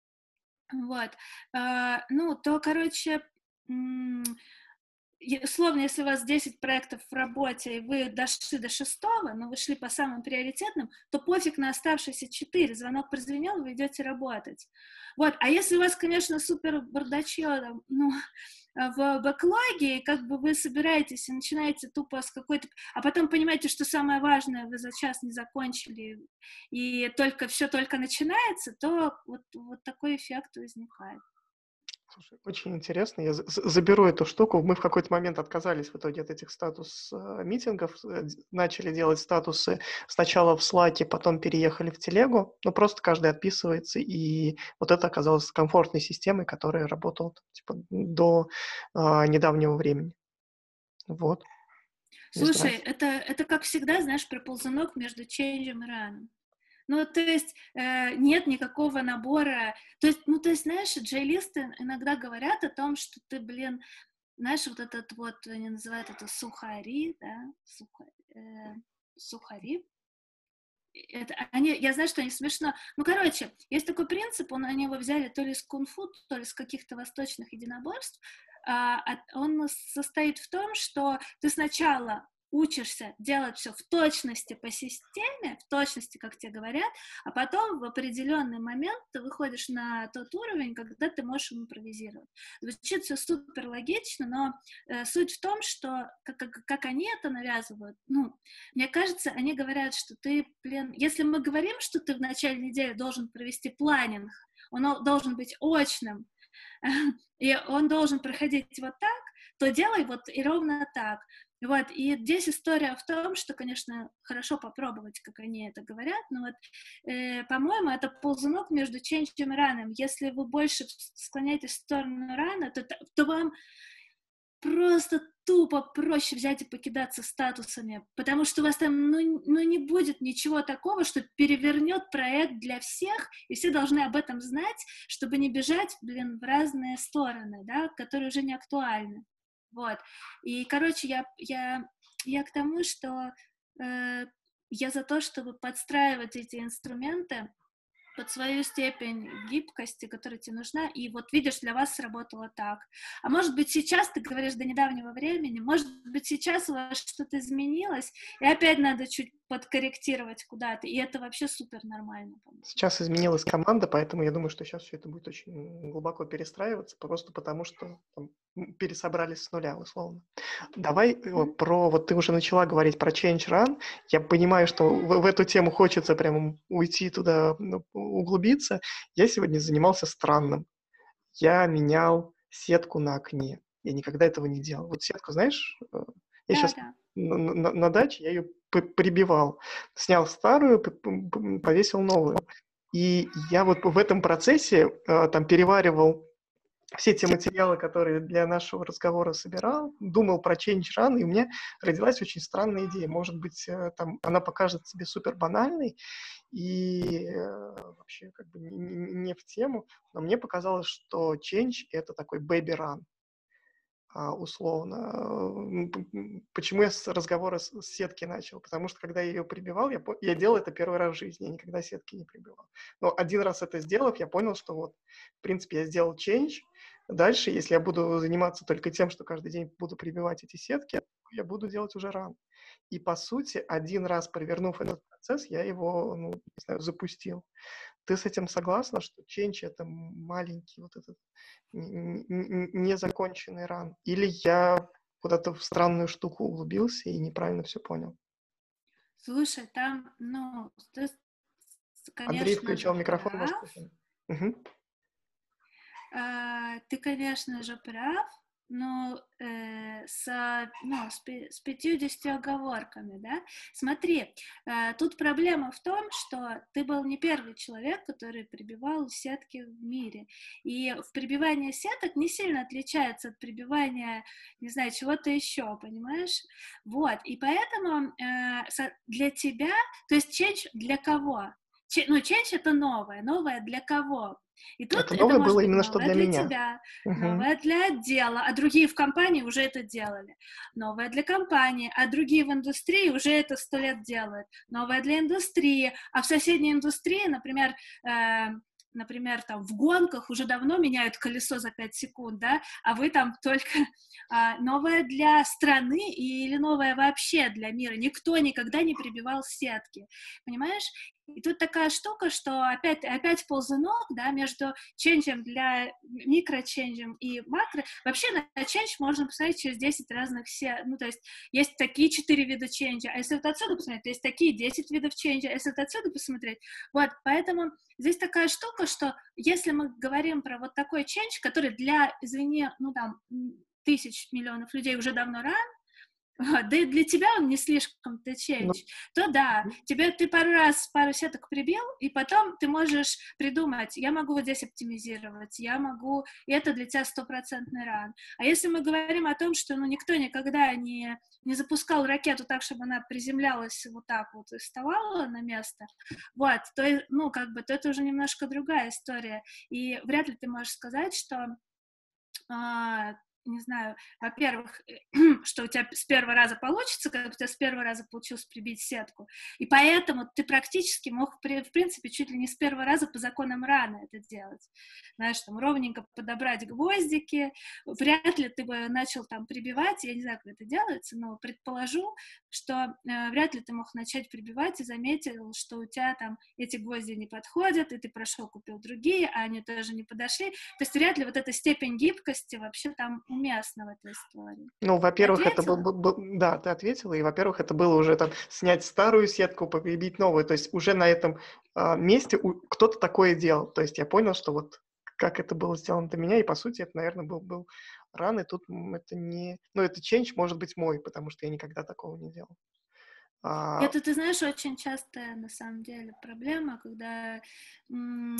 [SPEAKER 2] Вот. Э, ну, то, короче, м- условно, если у вас десять проектов в работе, и вы дошли до шестого, но вы шли по самым приоритетным, то пофиг на оставшиеся четыре. Звонок прозвенел, вы идете работать. Вот. А если у вас, конечно, супер бардачье, ну, в бэклоге, и как бы вы собираетесь и начинаете тупо с какой-то... А потом понимаете, что самое важное вы за час не закончили, и только все только начинается, то вот, вот такой эффект возникает.
[SPEAKER 1] Слушай, очень интересно. Я за- за- заберу эту штуку. Мы в какой-то момент отказались в итоге от этих статус-митингов, начали делать статусы сначала в Slack, потом переехали в Телегу, но просто каждый отписывается, и вот это оказалось комфортной системой, которая работала типа, до а, недавнего времени. Вот, не
[SPEAKER 2] Слушай,
[SPEAKER 1] знаю.
[SPEAKER 2] это, это как всегда, знаешь, проползунок между ченджем и раном. Ну, то есть э, нет никакого набора. То есть, ну, то есть, знаешь, джейлисты иногда говорят о том, что ты, блин, знаешь, вот этот вот, они называют это сухари, да, суха, э, сухари. Это, они, я знаю, что они смешно. Ну, короче, есть такой принцип, он, они его взяли то ли из кунг-фу, то ли из каких-то восточных единоборств. А, он состоит в том, что ты сначала учишься делать все в точности по системе, в точности, как тебе говорят, а потом в определенный момент ты выходишь на тот уровень, когда ты можешь импровизировать. Звучит все супер логично, но э, суть в том, что как, как, как они это навязывают, ну, мне кажется, они говорят, что ты, блин, если мы говорим, что ты в начале недели должен провести планинг, он должен быть очным, и он должен проходить вот так, то делай вот и ровно так. Вот, и здесь история в том, что, конечно, хорошо попробовать, как они это говорят, но вот, э, по-моему, это ползунок между ченджем и раном. Если вы больше склоняетесь в сторону рана, то, то вам просто тупо проще взять и покидаться статусами, потому что у вас там, ну, ну, не будет ничего такого, что перевернет проект для всех, и все должны об этом знать, чтобы не бежать, блин, в разные стороны, да, которые уже не актуальны. Вот. И, короче, я, я, я к тому, что э, я за то, чтобы подстраивать эти инструменты под свою степень гибкости, которая тебе нужна, и вот видишь, для вас сработало так. А может быть, сейчас, ты говоришь, до недавнего времени, может быть, сейчас у вас что-то изменилось, и опять надо чуть подкорректировать куда-то, и это вообще супер нормально.
[SPEAKER 1] Сейчас изменилась команда, поэтому я думаю, что сейчас все это будет очень глубоко перестраиваться, просто потому что там, пересобрались с нуля, условно. Давай
[SPEAKER 2] Mm-hmm.
[SPEAKER 1] про... Вот ты уже начала говорить про Change Run. Я понимаю, что в, в эту тему хочется прямо уйти туда, ну, углубиться. Я сегодня занимался странным. Я менял сетку на окне. Я никогда этого не делал. Вот сетку, знаешь, я
[SPEAKER 2] Да,
[SPEAKER 1] сейчас
[SPEAKER 2] да.
[SPEAKER 1] на, на, на даче, я ее прибивал. Снял старую, повесил новую. И я вот в этом процессе э, там переваривал все те материалы, которые для нашего разговора собирал, думал про Change Run, и у меня родилась очень странная идея. Может быть, э, там она покажется тебе супер банальной и э, вообще как бы не, не в тему, но мне показалось, что Change — это такой baby run. А, условно. Почему я с разговора с, с сетки начал? Потому что, когда я ее прибивал, я, я делал это первый раз в жизни, я никогда сетки не прибивал. Но один раз это сделав, я понял, что вот, в принципе, я сделал change. Дальше, если я буду заниматься только тем, что каждый день буду прибивать эти сетки, я буду делать уже ран. и, по сути, один раз провернув этот процесс, я его, ну, не знаю, запустил. Ты с этим согласна, что change — это маленький вот этот н- н- н- незаконченный ран? Или я куда-то в странную штуку углубился и неправильно все понял?
[SPEAKER 2] Слушай, там, ну, ты,
[SPEAKER 1] Андрей
[SPEAKER 2] конечно же,
[SPEAKER 1] включал микрофон, может,
[SPEAKER 2] прав.
[SPEAKER 1] почему? Мгм.
[SPEAKER 2] А, ты, конечно же, прав, но э, с, ну, с, пи- с пятьюдесятью оговорками, да? Смотри, э, тут проблема в том, что ты был не первый человек, который прибивал сетки в мире. И в прибивании сеток не сильно отличается от прибивания, не знаю, чего-то еще, понимаешь? Вот, и поэтому э, со- для тебя, то есть change для кого? Че- ну, change — это новое. Новое для кого? И тут
[SPEAKER 1] Это
[SPEAKER 2] это
[SPEAKER 1] новое было
[SPEAKER 2] может быть
[SPEAKER 1] именно что
[SPEAKER 2] новое
[SPEAKER 1] для
[SPEAKER 2] для
[SPEAKER 1] меня.
[SPEAKER 2] тебя,
[SPEAKER 1] Мгм.
[SPEAKER 2] новое для отдела, а другие в компании уже это делали. Новое для компании, а другие в индустрии уже это сто лет делают. Новое для индустрии, а в соседней индустрии, например, э, например, там в гонках уже давно меняют колесо за пять секунд, да, а вы там только а, новое для страны или новое вообще для мира. Никто никогда не прибивал сетки, понимаешь? И тут такая штука, что опять, опять ползунок, да, между ченджем для микроченджем и макро. Вообще на чендж можно посмотреть через десять разных се... ну, то есть есть такие четыре вида ченджа, а если вот отсюда посмотреть, то есть такие десять видов ченджа, а если вот отсюда посмотреть, вот, поэтому здесь такая штука, что если мы говорим про вот такой чендж, который для, извини, ну, там, тысяч миллионов людей уже давно ран, вот, да и для тебя он не слишком-то
[SPEAKER 1] Ну,
[SPEAKER 2] change, то да, тебе ты пару раз пару сеток прибил, и потом ты можешь придумать, я могу вот здесь оптимизировать, я могу, и это для тебя стопроцентный ран. А если мы говорим о том, что ну, никто никогда не, не запускал ракету так, чтобы она приземлялась вот так вот и вставала на место, вот, то, ну, как бы, то это уже немножко другая история. И вряд ли ты можешь сказать, что а, не знаю, во-первых, что у тебя с первого раза получится, как у тебя с первого раза получилось прибить сетку, и поэтому ты практически мог, в принципе, чуть ли не с первого раза по законам рано это делать. Знаешь, там ровненько подобрать гвоздики, вряд ли ты бы начал там прибивать, я не знаю, как это делается, но предположу, что э, вряд ли ты мог начать прибивать и заметил, что у тебя там эти гвозди не подходят, и ты прошел, купил другие, а они тоже не подошли. То есть вряд ли вот эта степень гибкости вообще там уместна в этой истории.
[SPEAKER 1] ну,
[SPEAKER 2] Я
[SPEAKER 1] во-первых, это был,
[SPEAKER 2] ответила?
[SPEAKER 1] был- был- да, ты ответила, и, во-первых, это было уже там снять старую сетку, прибить новую, то есть уже на этом а, месте у- кто-то такое делал, то есть я понял, что вот как это было сделано для меня, и, по сути, это, наверное, был, был ран, и тут м, это не... Ну, это change может быть мой, потому что я никогда такого не делал. А,
[SPEAKER 2] Это, ты знаешь, очень частая на самом деле проблема, когда м-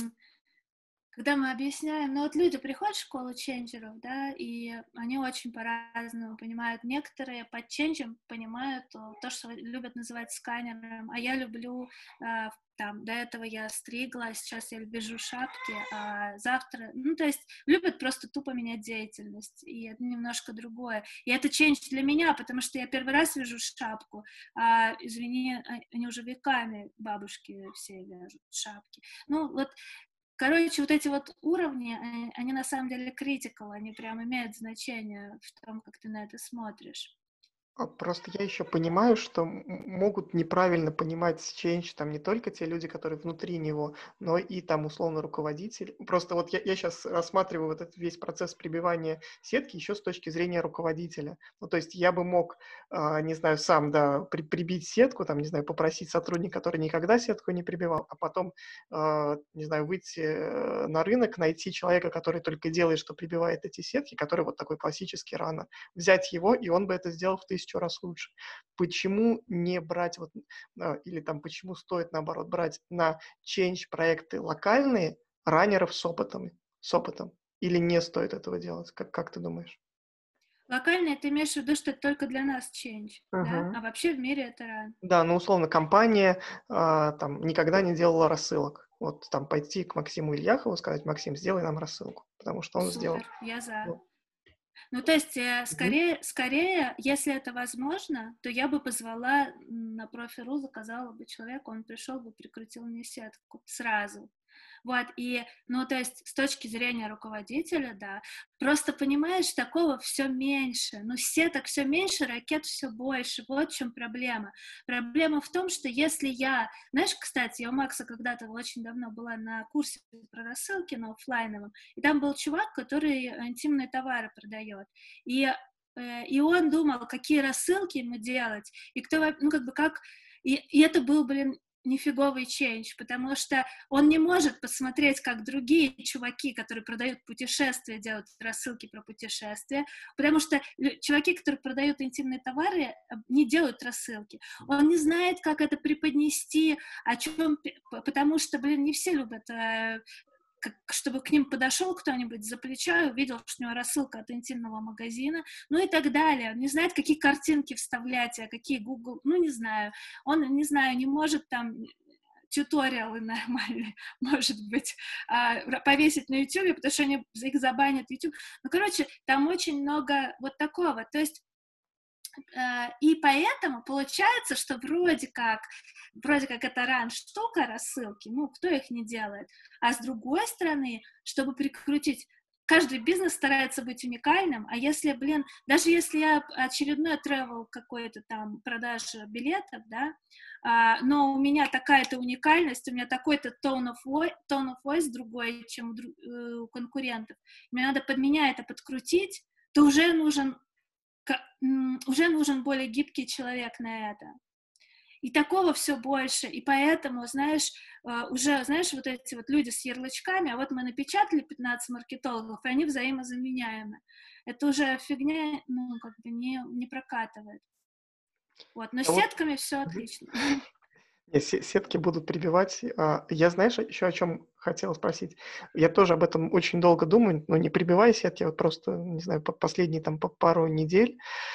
[SPEAKER 2] когда мы объясняем, ну вот люди приходят в школу ченджеров, да, и они очень по-разному понимают. Некоторые под ченджем понимают то, то, что любят называть сканером, а я люблю, э, там, до этого я стригла, а сейчас я вяжу шапки, а завтра, ну, то есть любят просто тупо менять деятельность, и это немножко другое. И это чендж для меня, потому что я первый раз вяжу шапку, а, извини, они уже веками, бабушки все вяжут шапки. Ну, вот короче, вот эти вот уровни, они, они на самом деле critical, они прям имеют значение в том, как ты на это смотришь.
[SPEAKER 1] А, просто я еще понимаю, что м- могут неправильно понимать change там не только те люди, которые внутри него, но и там условно руководитель. Просто вот я, я сейчас рассматриваю вот этот весь процесс прибивания сетки еще с точки зрения руководителя. Ну, то есть я бы мог, а, не знаю, сам, да, при- прибить сетку, там, не знаю, попросить сотрудника, который никогда сетку не прибивал, а потом, а, не знаю, выйти э, на рынок, найти человека, который только делает, что прибивает эти сетки, который вот такой классический рано, взять его, и он бы это сделал в тысячу раз лучше. Почему не брать, вот, а, или там, почему стоит, наоборот, брать на change проекты локальные раннеров с опытом, с опытом? Или не стоит этого делать? Как, как ты думаешь?
[SPEAKER 2] Локально ты имеешь в виду, что это только для нас change, да?
[SPEAKER 1] Мгм.
[SPEAKER 2] А вообще в мире это рано.
[SPEAKER 1] Да, ну, условно, компания а, там никогда не делала рассылок. Вот там пойти к Максиму Ильяхову, сказать: Максим, сделай нам рассылку, потому что он сделал.
[SPEAKER 2] Супер, я за.
[SPEAKER 1] Ну,
[SPEAKER 2] Ну, то есть, э,
[SPEAKER 1] мгм.
[SPEAKER 2] скорее, скорее, если это возможно, то я бы позвала м, на профи.ру, заказала бы человека, он пришел бы, прикрутил мне сетку сразу. Вот, и, ну, то есть, с точки зрения руководителя, да, просто понимаешь, такого все меньше, ну, сеток все меньше, ракет все больше, вот в чем проблема. Проблема в том, что если я, знаешь, кстати, я у Макса когда-то очень давно была на курсе про рассылки, на оффлайновом, и там был чувак, который интимные товары продает, и э, и он думал, какие рассылки ему делать, и кто, ну, как бы, как, и, и это был, блин, нифиговый чейндж, потому что он не может посмотреть, как другие чуваки, которые продают путешествия, делают рассылки про путешествия, потому что чуваки, которые продают интимные товары, не делают рассылки. Он не знает, как это преподнести, о чем, потому что, блин, не все любят, как, чтобы к ним подошел кто-нибудь за плеча и увидел, что у него рассылка от интимного магазина, ну и так далее. Он не знает, какие картинки вставлять, а какие Google, ну не знаю. Он, не знаю, не может там тьюториалы нормальные, может быть, повесить на YouTube, потому что они их забанят YouTube. Ну, короче, там очень много вот такого. То есть и поэтому получается, что вроде как, вроде как это ран штука, рассылки, ну, кто их не делает? А с другой стороны, чтобы прикрутить, каждый бизнес старается быть уникальным, а если, блин, даже если я очередной travel какой-то там продажа билетов, да, а, но у меня такая-то уникальность, у меня такой-то tone of voice, tone of voice другой, чем у, у конкурентов, мне надо под меня это подкрутить, то уже нужен уже нужен более гибкий человек на это. И такого все больше, и поэтому, знаешь, уже, знаешь, вот эти вот люди с ярлычками, а вот мы напечатали пятнадцать маркетологов, и они взаимозаменяемы. Это уже фигня, ну, как бы не, не прокатывает. Вот, но
[SPEAKER 1] А
[SPEAKER 2] с
[SPEAKER 1] вот
[SPEAKER 2] сетками все отлично.
[SPEAKER 1] сетки будут прибивать. Я, знаешь, еще о чем хотел спросить. Я тоже об этом очень долго думаю, но не прибивая сетки, вот просто, не знаю, последние там пару недель,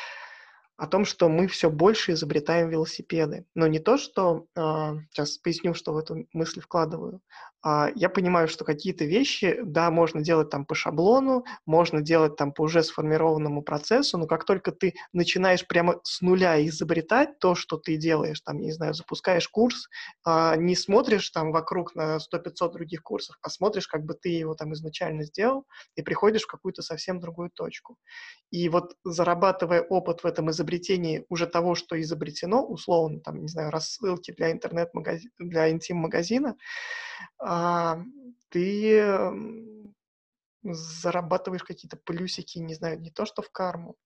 [SPEAKER 1] о том, что мы все больше изобретаем велосипеды. Но не то, что... Э, сейчас поясню, что в эту мысль вкладываю. А, я понимаю, что какие-то вещи, да, можно делать там по шаблону, можно делать там по уже сформированному процессу, но как только ты начинаешь прямо с нуля изобретать то, что ты делаешь, там, не знаю, запускаешь курс, а, не смотришь там вокруг на сто-пятьсот других курсов, а смотришь, как бы ты его там изначально сделал, и приходишь в какую-то совсем другую точку. И вот зарабатывая опыт в этом изобретении уже того, что изобретено, условно, там, не знаю, рассылки для интернет-магазина, для интим-магазина, а, ты м, зарабатываешь какие-то плюсики, не знаю, не то что в карму.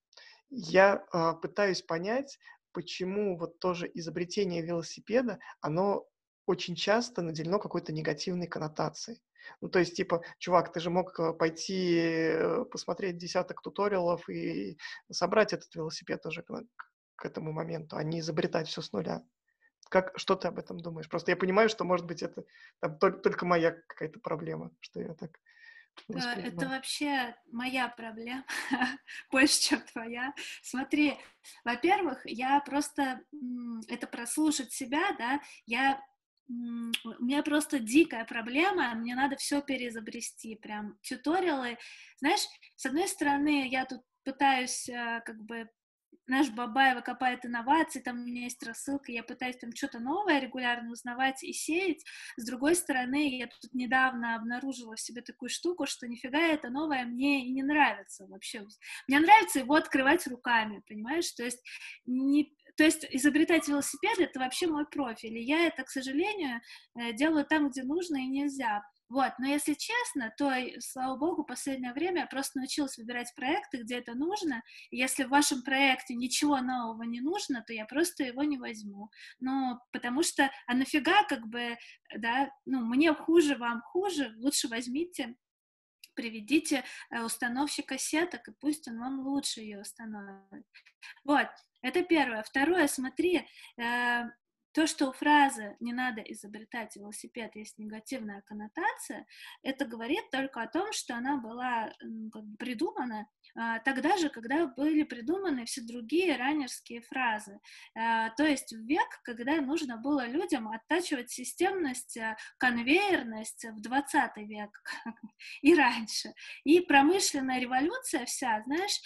[SPEAKER 1] Я а, пытаюсь понять, почему вот тоже изобретение велосипеда, оно очень часто наделено какой-то негативной коннотацией. Ну, то есть, типа, чувак, ты же мог э, пойти э, посмотреть десяток туториалов и собрать этот велосипед уже к, к этому моменту, а не изобретать все с нуля. Как, что ты об этом думаешь? Просто я понимаю, что, может быть, это там, только, только моя какая-то проблема, что я так
[SPEAKER 2] Это
[SPEAKER 1] воспринимаю.
[SPEAKER 2] вообще моя проблема, больше, чем твоя. Смотри, во-первых, я просто, это прослушать себя, да, я, у меня просто дикая проблема, мне надо все переизобрести, прям тьюториалы. Знаешь, с одной стороны, я тут пытаюсь э, как бы знаешь, Бабаева копает инновации, там у меня есть рассылка, я пытаюсь там что-то новое регулярно узнавать и сеять. С другой стороны, я тут недавно обнаружила в себе такую штуку, что нифига это новое мне и не нравится вообще. Мне нравится его открывать руками, понимаешь? То есть, не, то есть изобретать велосипед — это вообще мой профиль, и я это, к сожалению, делаю там, где нужно и нельзя. Вот, но если честно, то, слава богу, в последнее время я просто научилась выбирать проекты, где это нужно. И если в вашем проекте ничего нового не нужно, то я просто его не возьму. Ну, потому что, а нафига, как бы, да, ну, мне хуже, вам хуже, лучше возьмите, приведите э, установщика сеток, и пусть он вам лучше ее установит. Вот, это первое. Второе, смотри, э, то, что у фразы «не надо изобретать велосипед» есть негативная коннотация, это говорит только о том, что она была как бы придумана а, тогда же, когда были придуманы все другие раннерские фразы. А, то есть в век, когда нужно было людям оттачивать системность, конвейерность в двадцатый век и раньше. И промышленная революция вся, знаешь,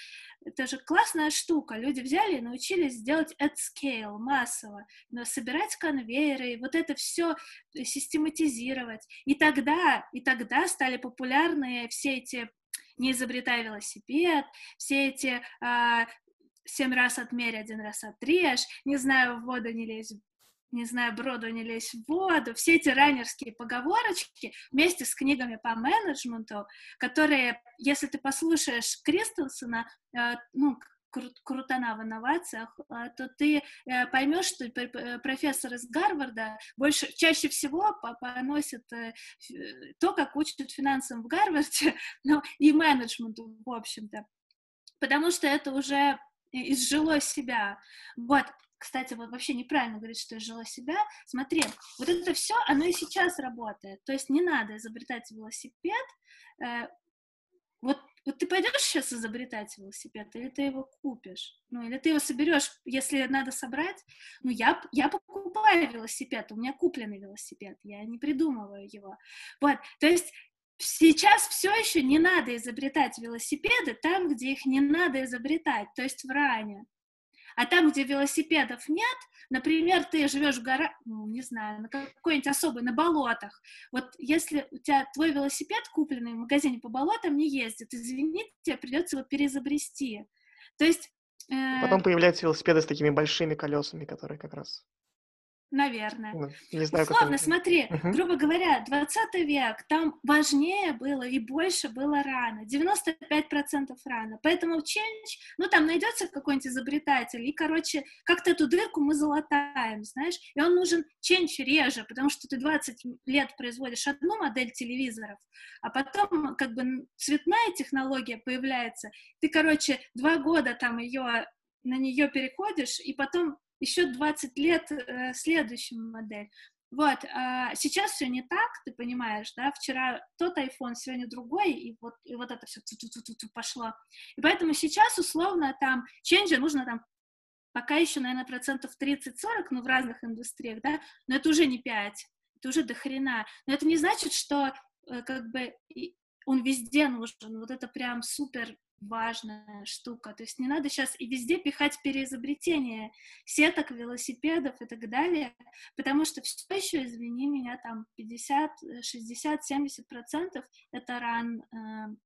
[SPEAKER 2] это же классная штука. Люди взяли и научились делать at scale, массово, но собирать конвейеры, вот это все систематизировать. И тогда, и тогда стали популярны все эти «не изобретай велосипед», все эти а, «семь раз отмерь, один раз отрежь», «не знаю, в воду не лезь», не знаю, броду не лезь в воду, все эти раннерские поговорочки вместе с книгами по менеджменту, которые, если ты послушаешь Кристенсена, э, ну, кру- крутана в инновациях, э, то ты э, поймешь, что п- профессор из Гарварда больше, чаще всего по- поносит э, то, как учат финансам в Гарварде, ну, и менеджменту, в общем-то, потому что это уже изжило себя. Вот. Кстати, вот вообще неправильно говорить, что изжило себя. Смотри, вот это все, оно и сейчас работает. То есть не надо изобретать велосипед. Э, вот, вот ты пойдешь сейчас изобретать велосипед, или ты его купишь? Ну, или ты его соберешь, если надо собрать? Ну, я, я покупаю велосипед, у меня купленный велосипед, я не придумываю его. Вот, то есть сейчас все еще не надо изобретать велосипеды там, где их не надо изобретать, то есть в ране. А там, где велосипедов нет, например, ты живешь в горах, ну, не знаю, на какой-нибудь особой, на болотах. Вот если у тебя твой велосипед, купленный в магазине по болотам, не ездит, извини, тебе придется его переизобрести. То есть... Э,
[SPEAKER 1] Потом появляются велосипеды с такими большими колесами, которые как раз...
[SPEAKER 2] Наверное.
[SPEAKER 1] Ну, не знаю, как
[SPEAKER 2] Условно,
[SPEAKER 1] они...
[SPEAKER 2] смотри,
[SPEAKER 1] Мгм.
[SPEAKER 2] грубо говоря, двадцатый век, там важнее было и больше было рано, девяносто пять процентов рано, поэтому change, ну, там найдется какой-нибудь изобретатель, и, короче, как-то эту дырку мы залатаем, знаешь, и он нужен change реже, потому что ты двадцать лет производишь одну модель телевизоров, а потом, как бы, цветная технология появляется, ты, короче, два года там ее, на нее переходишь, и потом еще двадцать лет э, следующую модель. Вот, а сейчас все не так, ты понимаешь, да, вчера тот iPhone, сегодня другой, и вот, и вот это все пошло. И поэтому сейчас, условно, там, ченджа нужно там, пока еще, наверное, процентов тридцать-сорок, ну, в разных индустриях, да, но это уже не пять, это уже до хрена. Но это не значит, что, э, как бы, он везде нужен, вот это прям супер важная штука. То есть не надо сейчас и везде пихать переизобретение сеток, велосипедов и так далее, потому что все еще, извини меня, там пятьдесят, шестьдесят, семьдесят процентов это ран, э,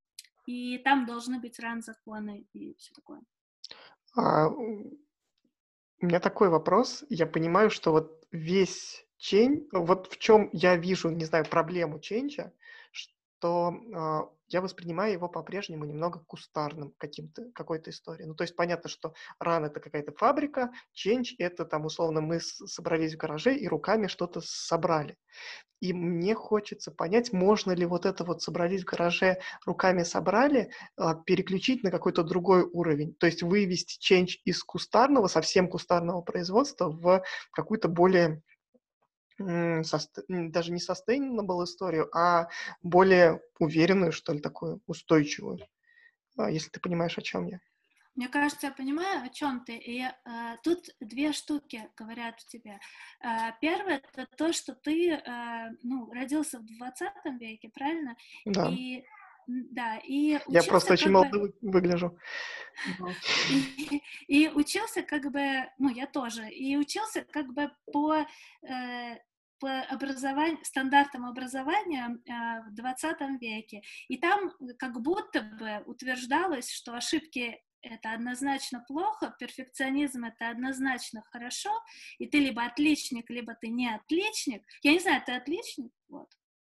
[SPEAKER 2] и там должны быть ран-законы и все такое.
[SPEAKER 1] А, у меня такой вопрос. Я понимаю, что вот весь change, вот в чем я вижу, не знаю, проблему ченджа, что а, я воспринимаю его по-прежнему немного кустарным каким-то, какой-то историей. Ну, то есть понятно, что ран — это какая-то фабрика, change — это там, условно, мы с- собрались в гараже и руками что-то собрали. И мне хочется понять, можно ли вот это вот собрались в гараже, руками собрали, а, переключить на какой-то другой уровень. То есть вывести change из кустарного, совсем кустарного производства в какую-то более, м, состе- м, даже не sustainable историю, а более уверенную, что ли, такую, устойчивую. А, Если ты понимаешь, о чем я.
[SPEAKER 2] Мне кажется, я понимаю, о чем ты. И э, тут две штуки говорят в тебе. Э, первое — это то, что ты э, ну, родился в двадцатом веке, правильно?
[SPEAKER 1] Да.
[SPEAKER 2] И да, и
[SPEAKER 1] Я просто
[SPEAKER 2] учился
[SPEAKER 1] очень
[SPEAKER 2] как бы
[SPEAKER 1] молодо вы- выгляжу. Да.
[SPEAKER 2] и, и учился как бы, ну, я тоже, и учился как бы по, э, по образованию, стандартам образования э, в двадцатом веке. И там как будто бы утверждалось, что ошибки — это однозначно плохо, перфекционизм — это однозначно хорошо, и ты либо отличник, либо ты не отличник. Я не знаю, ты отличник? Вот.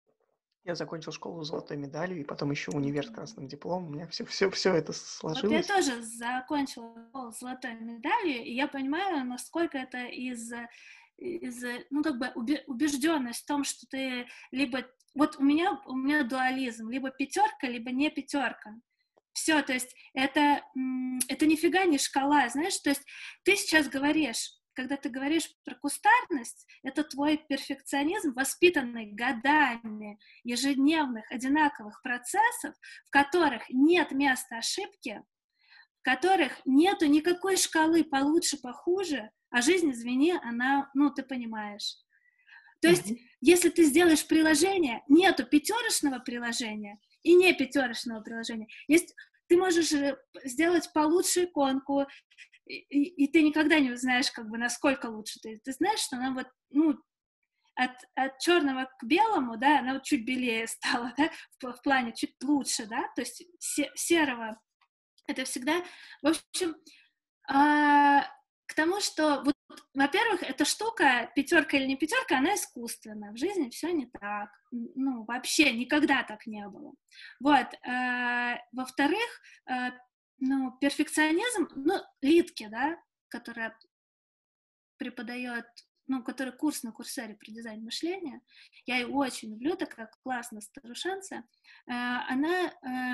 [SPEAKER 1] Я закончил школу с золотой медалью, и потом еще универ с
[SPEAKER 2] Вот.
[SPEAKER 1] красным дипломом. У меня все, все, все это
[SPEAKER 2] Вот я
[SPEAKER 1] сложилось.
[SPEAKER 2] тоже закончила школу с золотой медалью, и я понимаю, насколько это из, из ну, как бы убежденность в том, что ты либо... Вот у меня, у меня дуализм, либо пятерка, либо не пятерка. Все, то есть это, это нифига не шкала, знаешь, то есть ты сейчас говоришь, когда ты говоришь про кустарность, это твой перфекционизм, воспитанный годами ежедневных одинаковых процессов, в которых нет места ошибки, в которых нету никакой шкалы получше, похуже, а жизнь, извини, она, ну, ты понимаешь. То есть,
[SPEAKER 1] Мгм.
[SPEAKER 2] если ты сделаешь приложение, нету пятерочного приложения и не пятерочного приложения. Есть ты можешь сделать получше иконку, и, и, и ты никогда не узнаешь, как бы, насколько лучше ты. Ты знаешь, что она вот, ну, от, от черного к белому, да, она вот чуть белее стала, да, в, в плане чуть лучше, да, то есть се, серого. Это всегда, в общем, а, к тому, что, вот, во-первых, эта штука, пятерка или не пятерка, она искусственная. В жизни все не так. Ну, вообще никогда так не было. Вот. А, во-вторых, а, ну, перфекционизм, ну, Литке, да, которая преподает, ну, который курс на Курсере про дизайн мышления, я ее очень люблю, такая классная старушенция, она,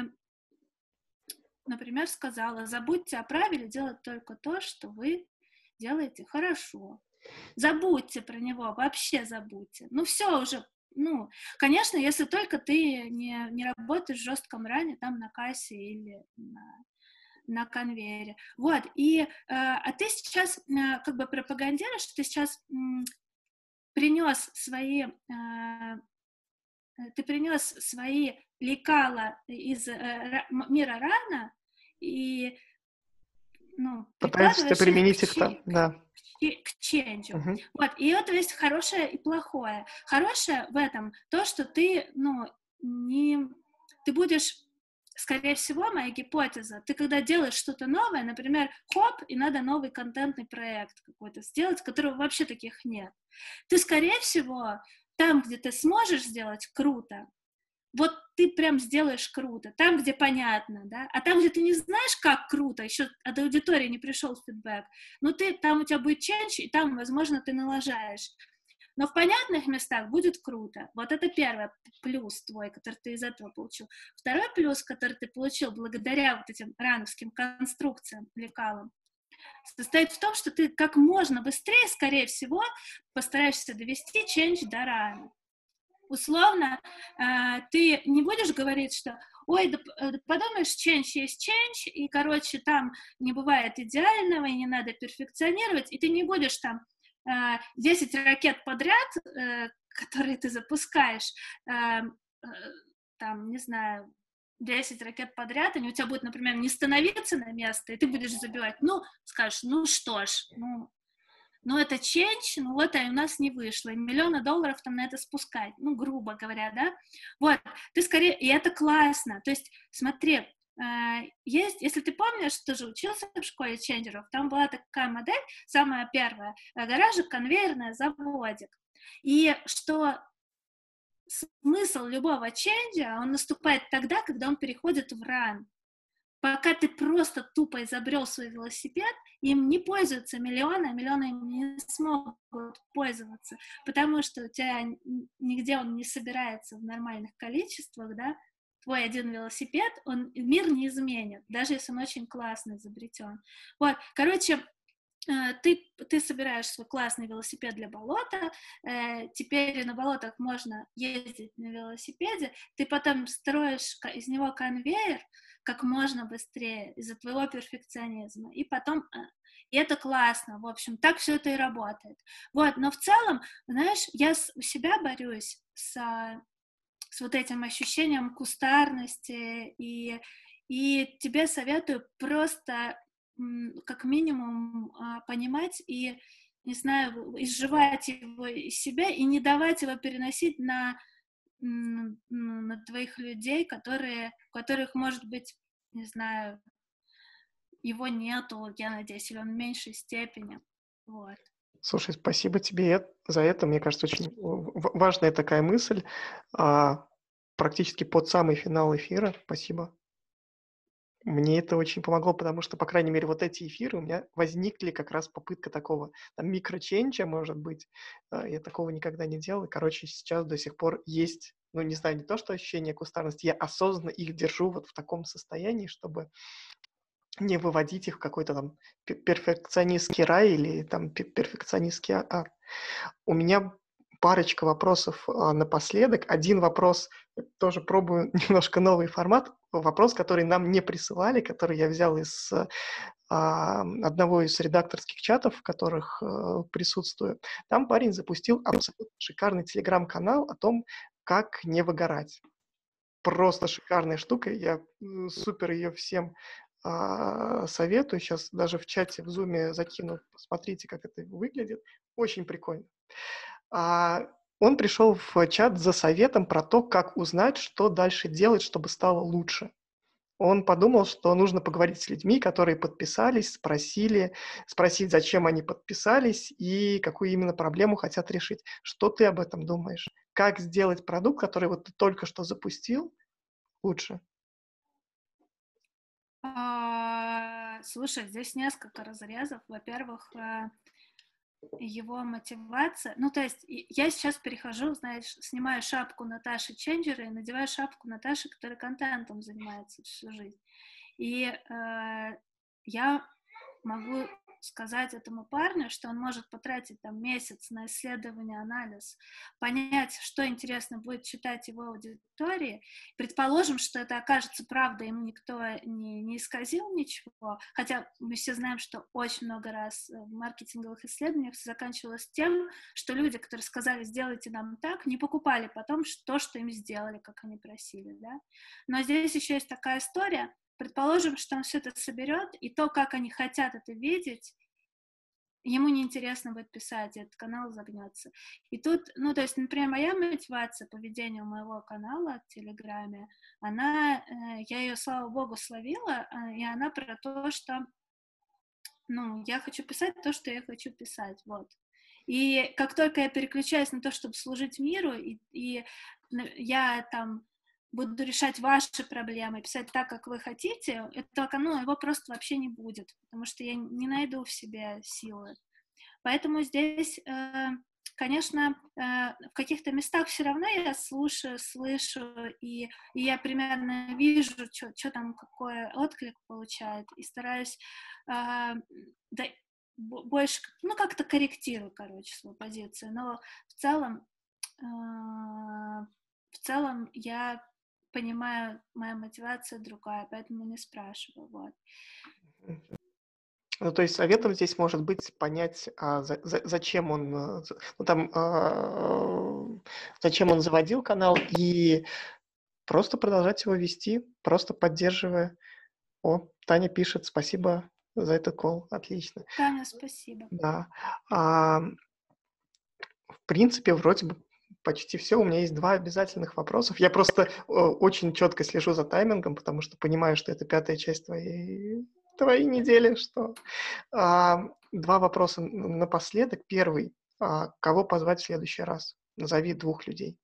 [SPEAKER 2] например, сказала: забудьте о правиле делать только то, что вы делаете хорошо. Забудьте про него, вообще забудьте. Ну, все уже, ну, конечно, если только ты не, не работаешь в жестком ране, там, на кассе или на, на конвейере. Вот, и, э, а ты сейчас, э, как бы пропагандируешь, что ты сейчас э, принес свои, э, ты принес свои лекала из э, мира рана, и, ну,
[SPEAKER 1] Пытаешься
[SPEAKER 2] прикладываешь их к,
[SPEAKER 1] применить их там,
[SPEAKER 2] чи-
[SPEAKER 1] да.
[SPEAKER 2] к, к ченджу.
[SPEAKER 1] Мгм.
[SPEAKER 2] Вот, и это есть хорошее и плохое. Хорошее в этом то, что ты, ну, не... Ты будешь, скорее всего, моя гипотеза, ты когда делаешь что-то новое, например, хоп, и надо новый контентный проект какой-то сделать, которого вообще таких нет. Ты, скорее всего, там, где ты сможешь сделать круто, вот ты прям сделаешь круто, там, где понятно, да, а там, где ты не знаешь, как круто, еще от аудитории не пришел фидбэк, ну ты, там у тебя будет чендж, и там, возможно, ты налажаешь. Но в понятных местах будет круто. Вот это первый плюс твой, который ты из этого получил. Второй плюс, который ты получил благодаря вот этим рановским конструкциям, лекалам, состоит в том, что ты как можно быстрее, скорее всего, постараешься довести чендж до рана. Условно, ты не будешь говорить, что ой, да, да подумаешь, change есть change, и, короче, там не бывает идеального, и не надо перфекционировать, и ты не будешь там десять ракет подряд, которые ты запускаешь, там, не знаю, десять ракет подряд, они у тебя будут, например, не становиться на место, и ты будешь забивать, ну, скажешь, ну что ж, ну, ну, это change, ну вот, а у нас не вышло, и миллионы долларов там на это спускать, ну, грубо говоря, да, вот, ты скорее, и это классно, то есть, смотри, есть, если ты помнишь, ты же учился в школе ченджеров, там была такая модель, самая первая, гаражик, конвейерная, заводик, и что смысл любого ченджа, он наступает тогда, когда он переходит в ран. Пока ты просто тупо изобрел свой велосипед, им не пользуются миллионы, а миллионы не смогут пользоваться, потому что у тебя нигде он не собирается в нормальных количествах, да, твой один велосипед, он мир не изменит, даже если он очень классно изобретен. Вот, короче, ты, ты собираешь свой классный велосипед для болота, э, теперь на болотах можно ездить на велосипеде, ты потом строишь из него конвейер как можно быстрее из-за твоего перфекционизма, и потом, и это классно, в общем, так все это и работает. Вот, но в целом, знаешь, я у себя борюсь с, с вот этим ощущением кустарности, и, и тебе советую просто как минимум понимать и, не знаю, изживать его из себя и не давать его переносить на, на твоих людей, которые, у которых, может быть, не знаю, его нету, я надеюсь, или он в меньшей степени. Вот.
[SPEAKER 1] Слушай, спасибо тебе за это. Мне кажется, очень важная такая мысль. А, практически под самый финал эфира. Спасибо. Мне это очень помогло, потому что, по крайней мере, вот эти эфиры у меня возникли как раз попытка такого там микроченча, может быть. Я такого никогда не делал. И, короче, сейчас до сих пор есть, ну, не знаю, не то, что ощущение кустарности, я осознанно их держу вот в таком состоянии, чтобы не выводить их в какой-то там перфекционистский рай или там перфекционистский ад. У меня парочка вопросов а, напоследок. Один вопрос, тоже пробую немножко новый формат. Вопрос, который нам не присылали, который я взял из а, одного из редакторских чатов, в которых а, присутствую. Там парень запустил абсолютно шикарный телеграм-канал о том, как не выгорать. просто шикарная штука. Я м, супер ее всем а, советую. Сейчас даже в чате в зуме закину. Посмотрите, как это выглядит. Очень прикольно. А, он пришел в чат за советом про то, как узнать, что дальше делать, чтобы стало лучше. Он подумал, что нужно поговорить с людьми, которые подписались, спросили, спросить, зачем они подписались и какую именно проблему хотят решить. Что ты об этом думаешь? Как сделать продукт, который вот ты только что запустил, лучше?
[SPEAKER 2] А, Слушай, здесь несколько разрезов. Во-первых, э, его мотивация. Ну, то есть и- я сейчас перехожу, знаешь, снимаю шапку Наташи Ченджера и надеваю шапку Наташи, которая контентом занимается всю жизнь. И э, я могу сказать этому парню, что он может потратить там месяц на исследование, анализ, понять, что интересно будет читать его аудитории. Предположим, что это окажется правдой, ему никто не, не исказил ничего, хотя мы все знаем, что очень много раз в маркетинговых исследованиях заканчивалось тем, что люди, которые сказали, сделайте нам так, не покупали потом то, что им сделали, как они просили, да. Но здесь еще есть такая история. Предположим, что он все это соберет, и то, как они хотят это видеть, ему неинтересно будет писать, и этот канал загнется. И тут, ну, то есть, например, моя мотивация по ведению моего канала в Телеграме, она, э, я ее, слава богу, словила, э, и она про то, что, ну, я хочу писать то, что я хочу писать, вот. И как только я переключаюсь на то, чтобы служить миру, и, и я там буду решать ваши проблемы, писать так, как вы хотите, это, ну, его просто вообще не будет, потому что я не найду в себе силы. Поэтому здесь, э, конечно, э, в каких-то местах все равно я слушаю, слышу, и, и я примерно вижу, что там, какой отклик получает, и стараюсь э, да, больше, ну, как-то корректирую, короче, свою позицию. Но в целом, э, в целом я понимаю, моя мотивация другая, поэтому не спрашиваю, вот.
[SPEAKER 1] Ну, то есть советом здесь может быть понять, а, за- за- зачем он, э, за- ну, там, а, зачем он заводил канал, и просто продолжать его вести, просто поддерживая. О, Таня пишет, спасибо за этот кол, отлично.
[SPEAKER 2] Таня, спасибо.
[SPEAKER 1] Да. А, в принципе, вроде бы почти все. У меня есть два обязательных вопросов. Я просто э, очень четко слежу за таймингом, потому что понимаю, что это пятая часть твоей, твоей недели. Что... А, два вопроса н- напоследок. Первый. А, кого позвать в следующий раз? Назови двух людей.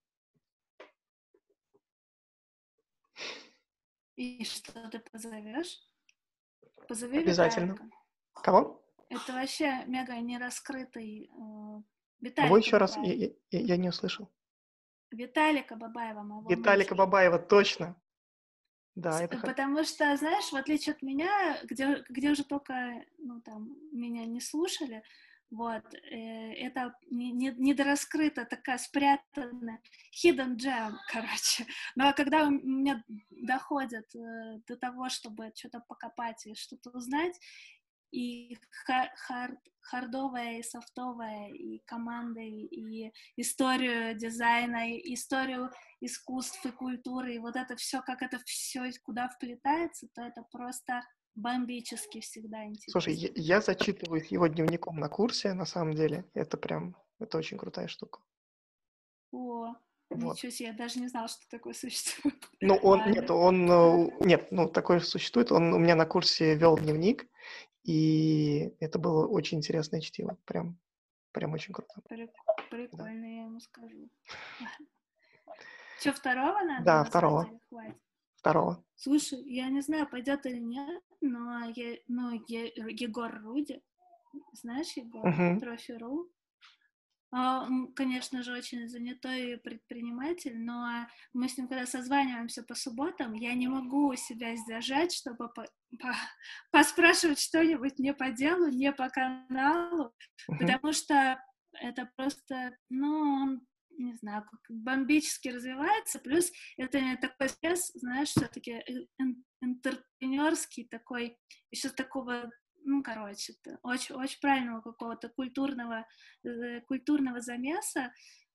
[SPEAKER 2] И что ты позовешь? Позови
[SPEAKER 1] Обязательно.
[SPEAKER 2] Виталика.
[SPEAKER 1] Кого?
[SPEAKER 2] Это вообще мега нераскрытый э,
[SPEAKER 1] Кого
[SPEAKER 2] Виталика
[SPEAKER 1] еще раз? Я,
[SPEAKER 2] Бабаева.
[SPEAKER 1] я- я не услышал.
[SPEAKER 2] Виталика Бабаева, моего
[SPEAKER 1] Виталика
[SPEAKER 2] мужа.
[SPEAKER 1] Бабаева, точно. Да,
[SPEAKER 2] С-
[SPEAKER 1] это хорошо.
[SPEAKER 2] Потому что, знаешь, в отличие от меня, где, где уже только, ну, там, меня не слушали, вот, э, это не, не, недораскрыта, такая спрятанная, hidden gem, короче. Но когда у меня доходит э, до того, чтобы что-то покопать и что-то узнать, и ха- хард, хардовая, и софтовая, и команды, и историю дизайна, и историю искусств и культуры, и вот это все, как это все куда вплетается, то это просто бомбически всегда
[SPEAKER 1] Слушай,
[SPEAKER 2] интересно.
[SPEAKER 1] я, я зачитываюсь его дневником на курсе, на самом деле. Это прям, это очень крутая штука.
[SPEAKER 2] О,
[SPEAKER 1] Вот.
[SPEAKER 2] ничего себе, я даже не знала, что такое существует.
[SPEAKER 1] Ну, он, нет,
[SPEAKER 2] Ладно.
[SPEAKER 1] он, э, нет, ну, такое существует. Он у меня на курсе вел дневник, и это было очень интересное чтиво. Прям, прям очень круто.
[SPEAKER 2] Прик-
[SPEAKER 1] Да.
[SPEAKER 2] Прикольно, я ему скажу. Что, второго надо
[SPEAKER 1] Да,
[SPEAKER 2] назвать
[SPEAKER 1] второго.
[SPEAKER 2] или хватит?
[SPEAKER 1] Второго.
[SPEAKER 2] Слушай, я не знаю, пойдет или нет, но я, ну, Е- Егор Руди, знаешь Егора?
[SPEAKER 1] Мгм.
[SPEAKER 2] Трофи.ру. А, Он, конечно же, очень занятой предприниматель, но мы с ним, когда созваниваемся по субботам, я не могу себя сдержать, чтобы по- по- поспрашивать что-нибудь не по делу, не по каналу,
[SPEAKER 1] Мгм.
[SPEAKER 2] потому что это просто, ну, он, не знаю, как бомбически развивается, плюс это не такой стресс, знаешь, все-таки интерпренерский такой, еще такого, ну, короче, очень, очень правильного какого-то культурного, э, культурного замеса,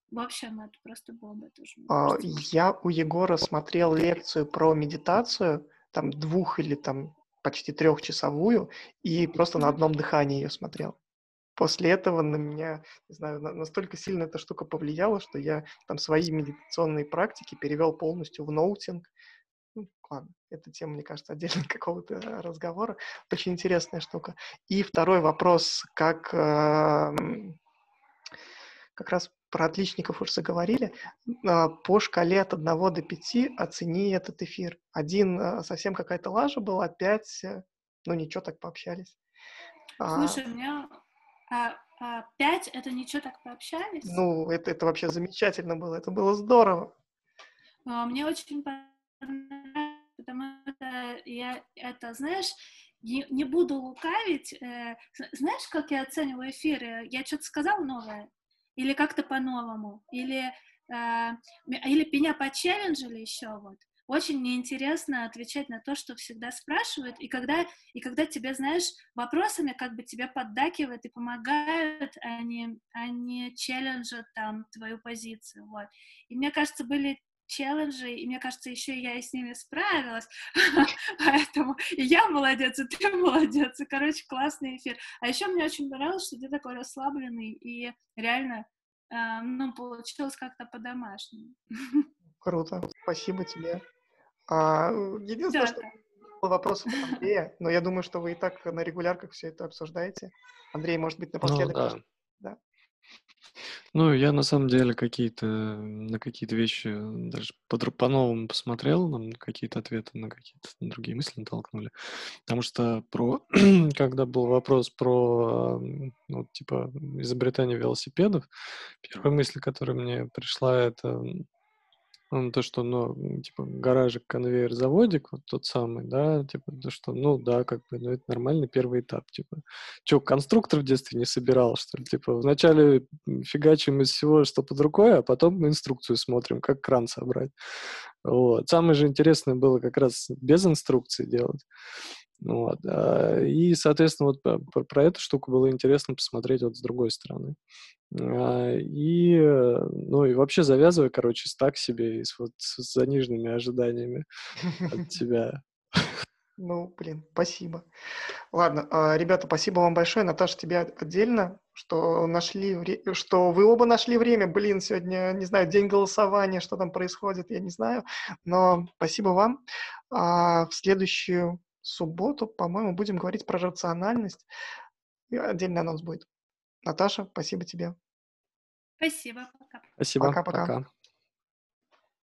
[SPEAKER 2] В общем, это просто бомба тоже, мне
[SPEAKER 1] А,
[SPEAKER 2] кажется.
[SPEAKER 1] Я у Егора смотрел лекцию про медитацию, там двух или там почти трехчасовую, и просто на
[SPEAKER 2] Мгм.
[SPEAKER 1] одном дыхании ее смотрел. После этого на меня, не знаю, на- настолько сильно эта штука повлияла, что я там свои медитационные практики перевел полностью в ноутинг. Ну, ладно, эта тема, мне кажется, отдельно какого-то разговора. Очень интересная штука. И второй вопрос, как, эм, как раз про отличников уже заговорили. А, По шкале от одного до пяти оцени этот эфир. Один э, совсем какая-то лажа была, пять, э, ну ничего, так пообщались. А,
[SPEAKER 2] Слушай, у меня а, а, пять — это ничего, так пообщались.
[SPEAKER 1] ну, это, это вообще замечательно было, это было здорово.
[SPEAKER 2] А, Мне очень понравилось, потому что я это, знаешь, не, не буду лукавить. э, з- знаешь, как я оцениваю эфиры? Я что-то сказала новое? Или как-то по-новому? Или, э, м- или меня почелленджили еще вот? Очень мне интересно отвечать на то, что всегда спрашивают, и когда, и когда тебе, знаешь, вопросами как бы тебя поддакивают и помогают, а не, а не челленджат там твою позицию, вот. И мне кажется, были челленджи, и мне кажется, еще я и с ними справилась, поэтому и я молодец, и ты молодец, и, короче, классный эфир. А еще мне очень понравилось, что ты такой расслабленный, и реально, э, ну, получилось как-то по-домашнему.
[SPEAKER 1] Круто, спасибо тебе. А, единственное,
[SPEAKER 2] Да,
[SPEAKER 1] что вопросов от Андрея, но я думаю, что вы и так на регулярках все это обсуждаете. Андрей, может быть,
[SPEAKER 3] Ну
[SPEAKER 1] напоследок,
[SPEAKER 3] да.
[SPEAKER 1] да?
[SPEAKER 3] Ну, я на самом деле какие-то на какие-то вещи даже подр- по-новому посмотрел, нам какие-то ответы на какие-то другие мысли натолкнули. Потому что про, когда был вопрос про, м, ну, типа, изобретание велосипедов, первая мысль, которая мне пришла, это Ну, то, что, ну, м, типа, гаражик, конвейер, заводик, вот тот самый, да, типа, то, что, ну, да, как бы, ну, это нормальный первый этап, типа. Чё, конструктор в детстве не собирал, что ли? Типа, вначале м, фигачим из всего, что под рукой, а потом инструкцию смотрим, как кран собрать. Вот. Самое же интересное было как раз без инструкции делать. Вот. а, И, соответственно, вот по- по- про эту штуку было интересно посмотреть вот с другой стороны. А, И, э, ну, и вообще завязывай, короче, с так себе, и с, вот, с заниженными ожиданиями от тебя.
[SPEAKER 1] Ну, блин, спасибо. Ладно, а, ребята, спасибо вам большое. Наташа, тебе отдельно, что нашли, вре- что вы оба нашли время. Блин, сегодня, не знаю, день голосования, что там происходит, я не знаю. Но спасибо вам. А в следующую субботу, по-моему, будем говорить про рациональность. И отдельный анонс будет. Наташа, спасибо тебе.
[SPEAKER 2] спасибо, пока.
[SPEAKER 3] Спасибо,
[SPEAKER 1] Пока-пока.
[SPEAKER 3] пока.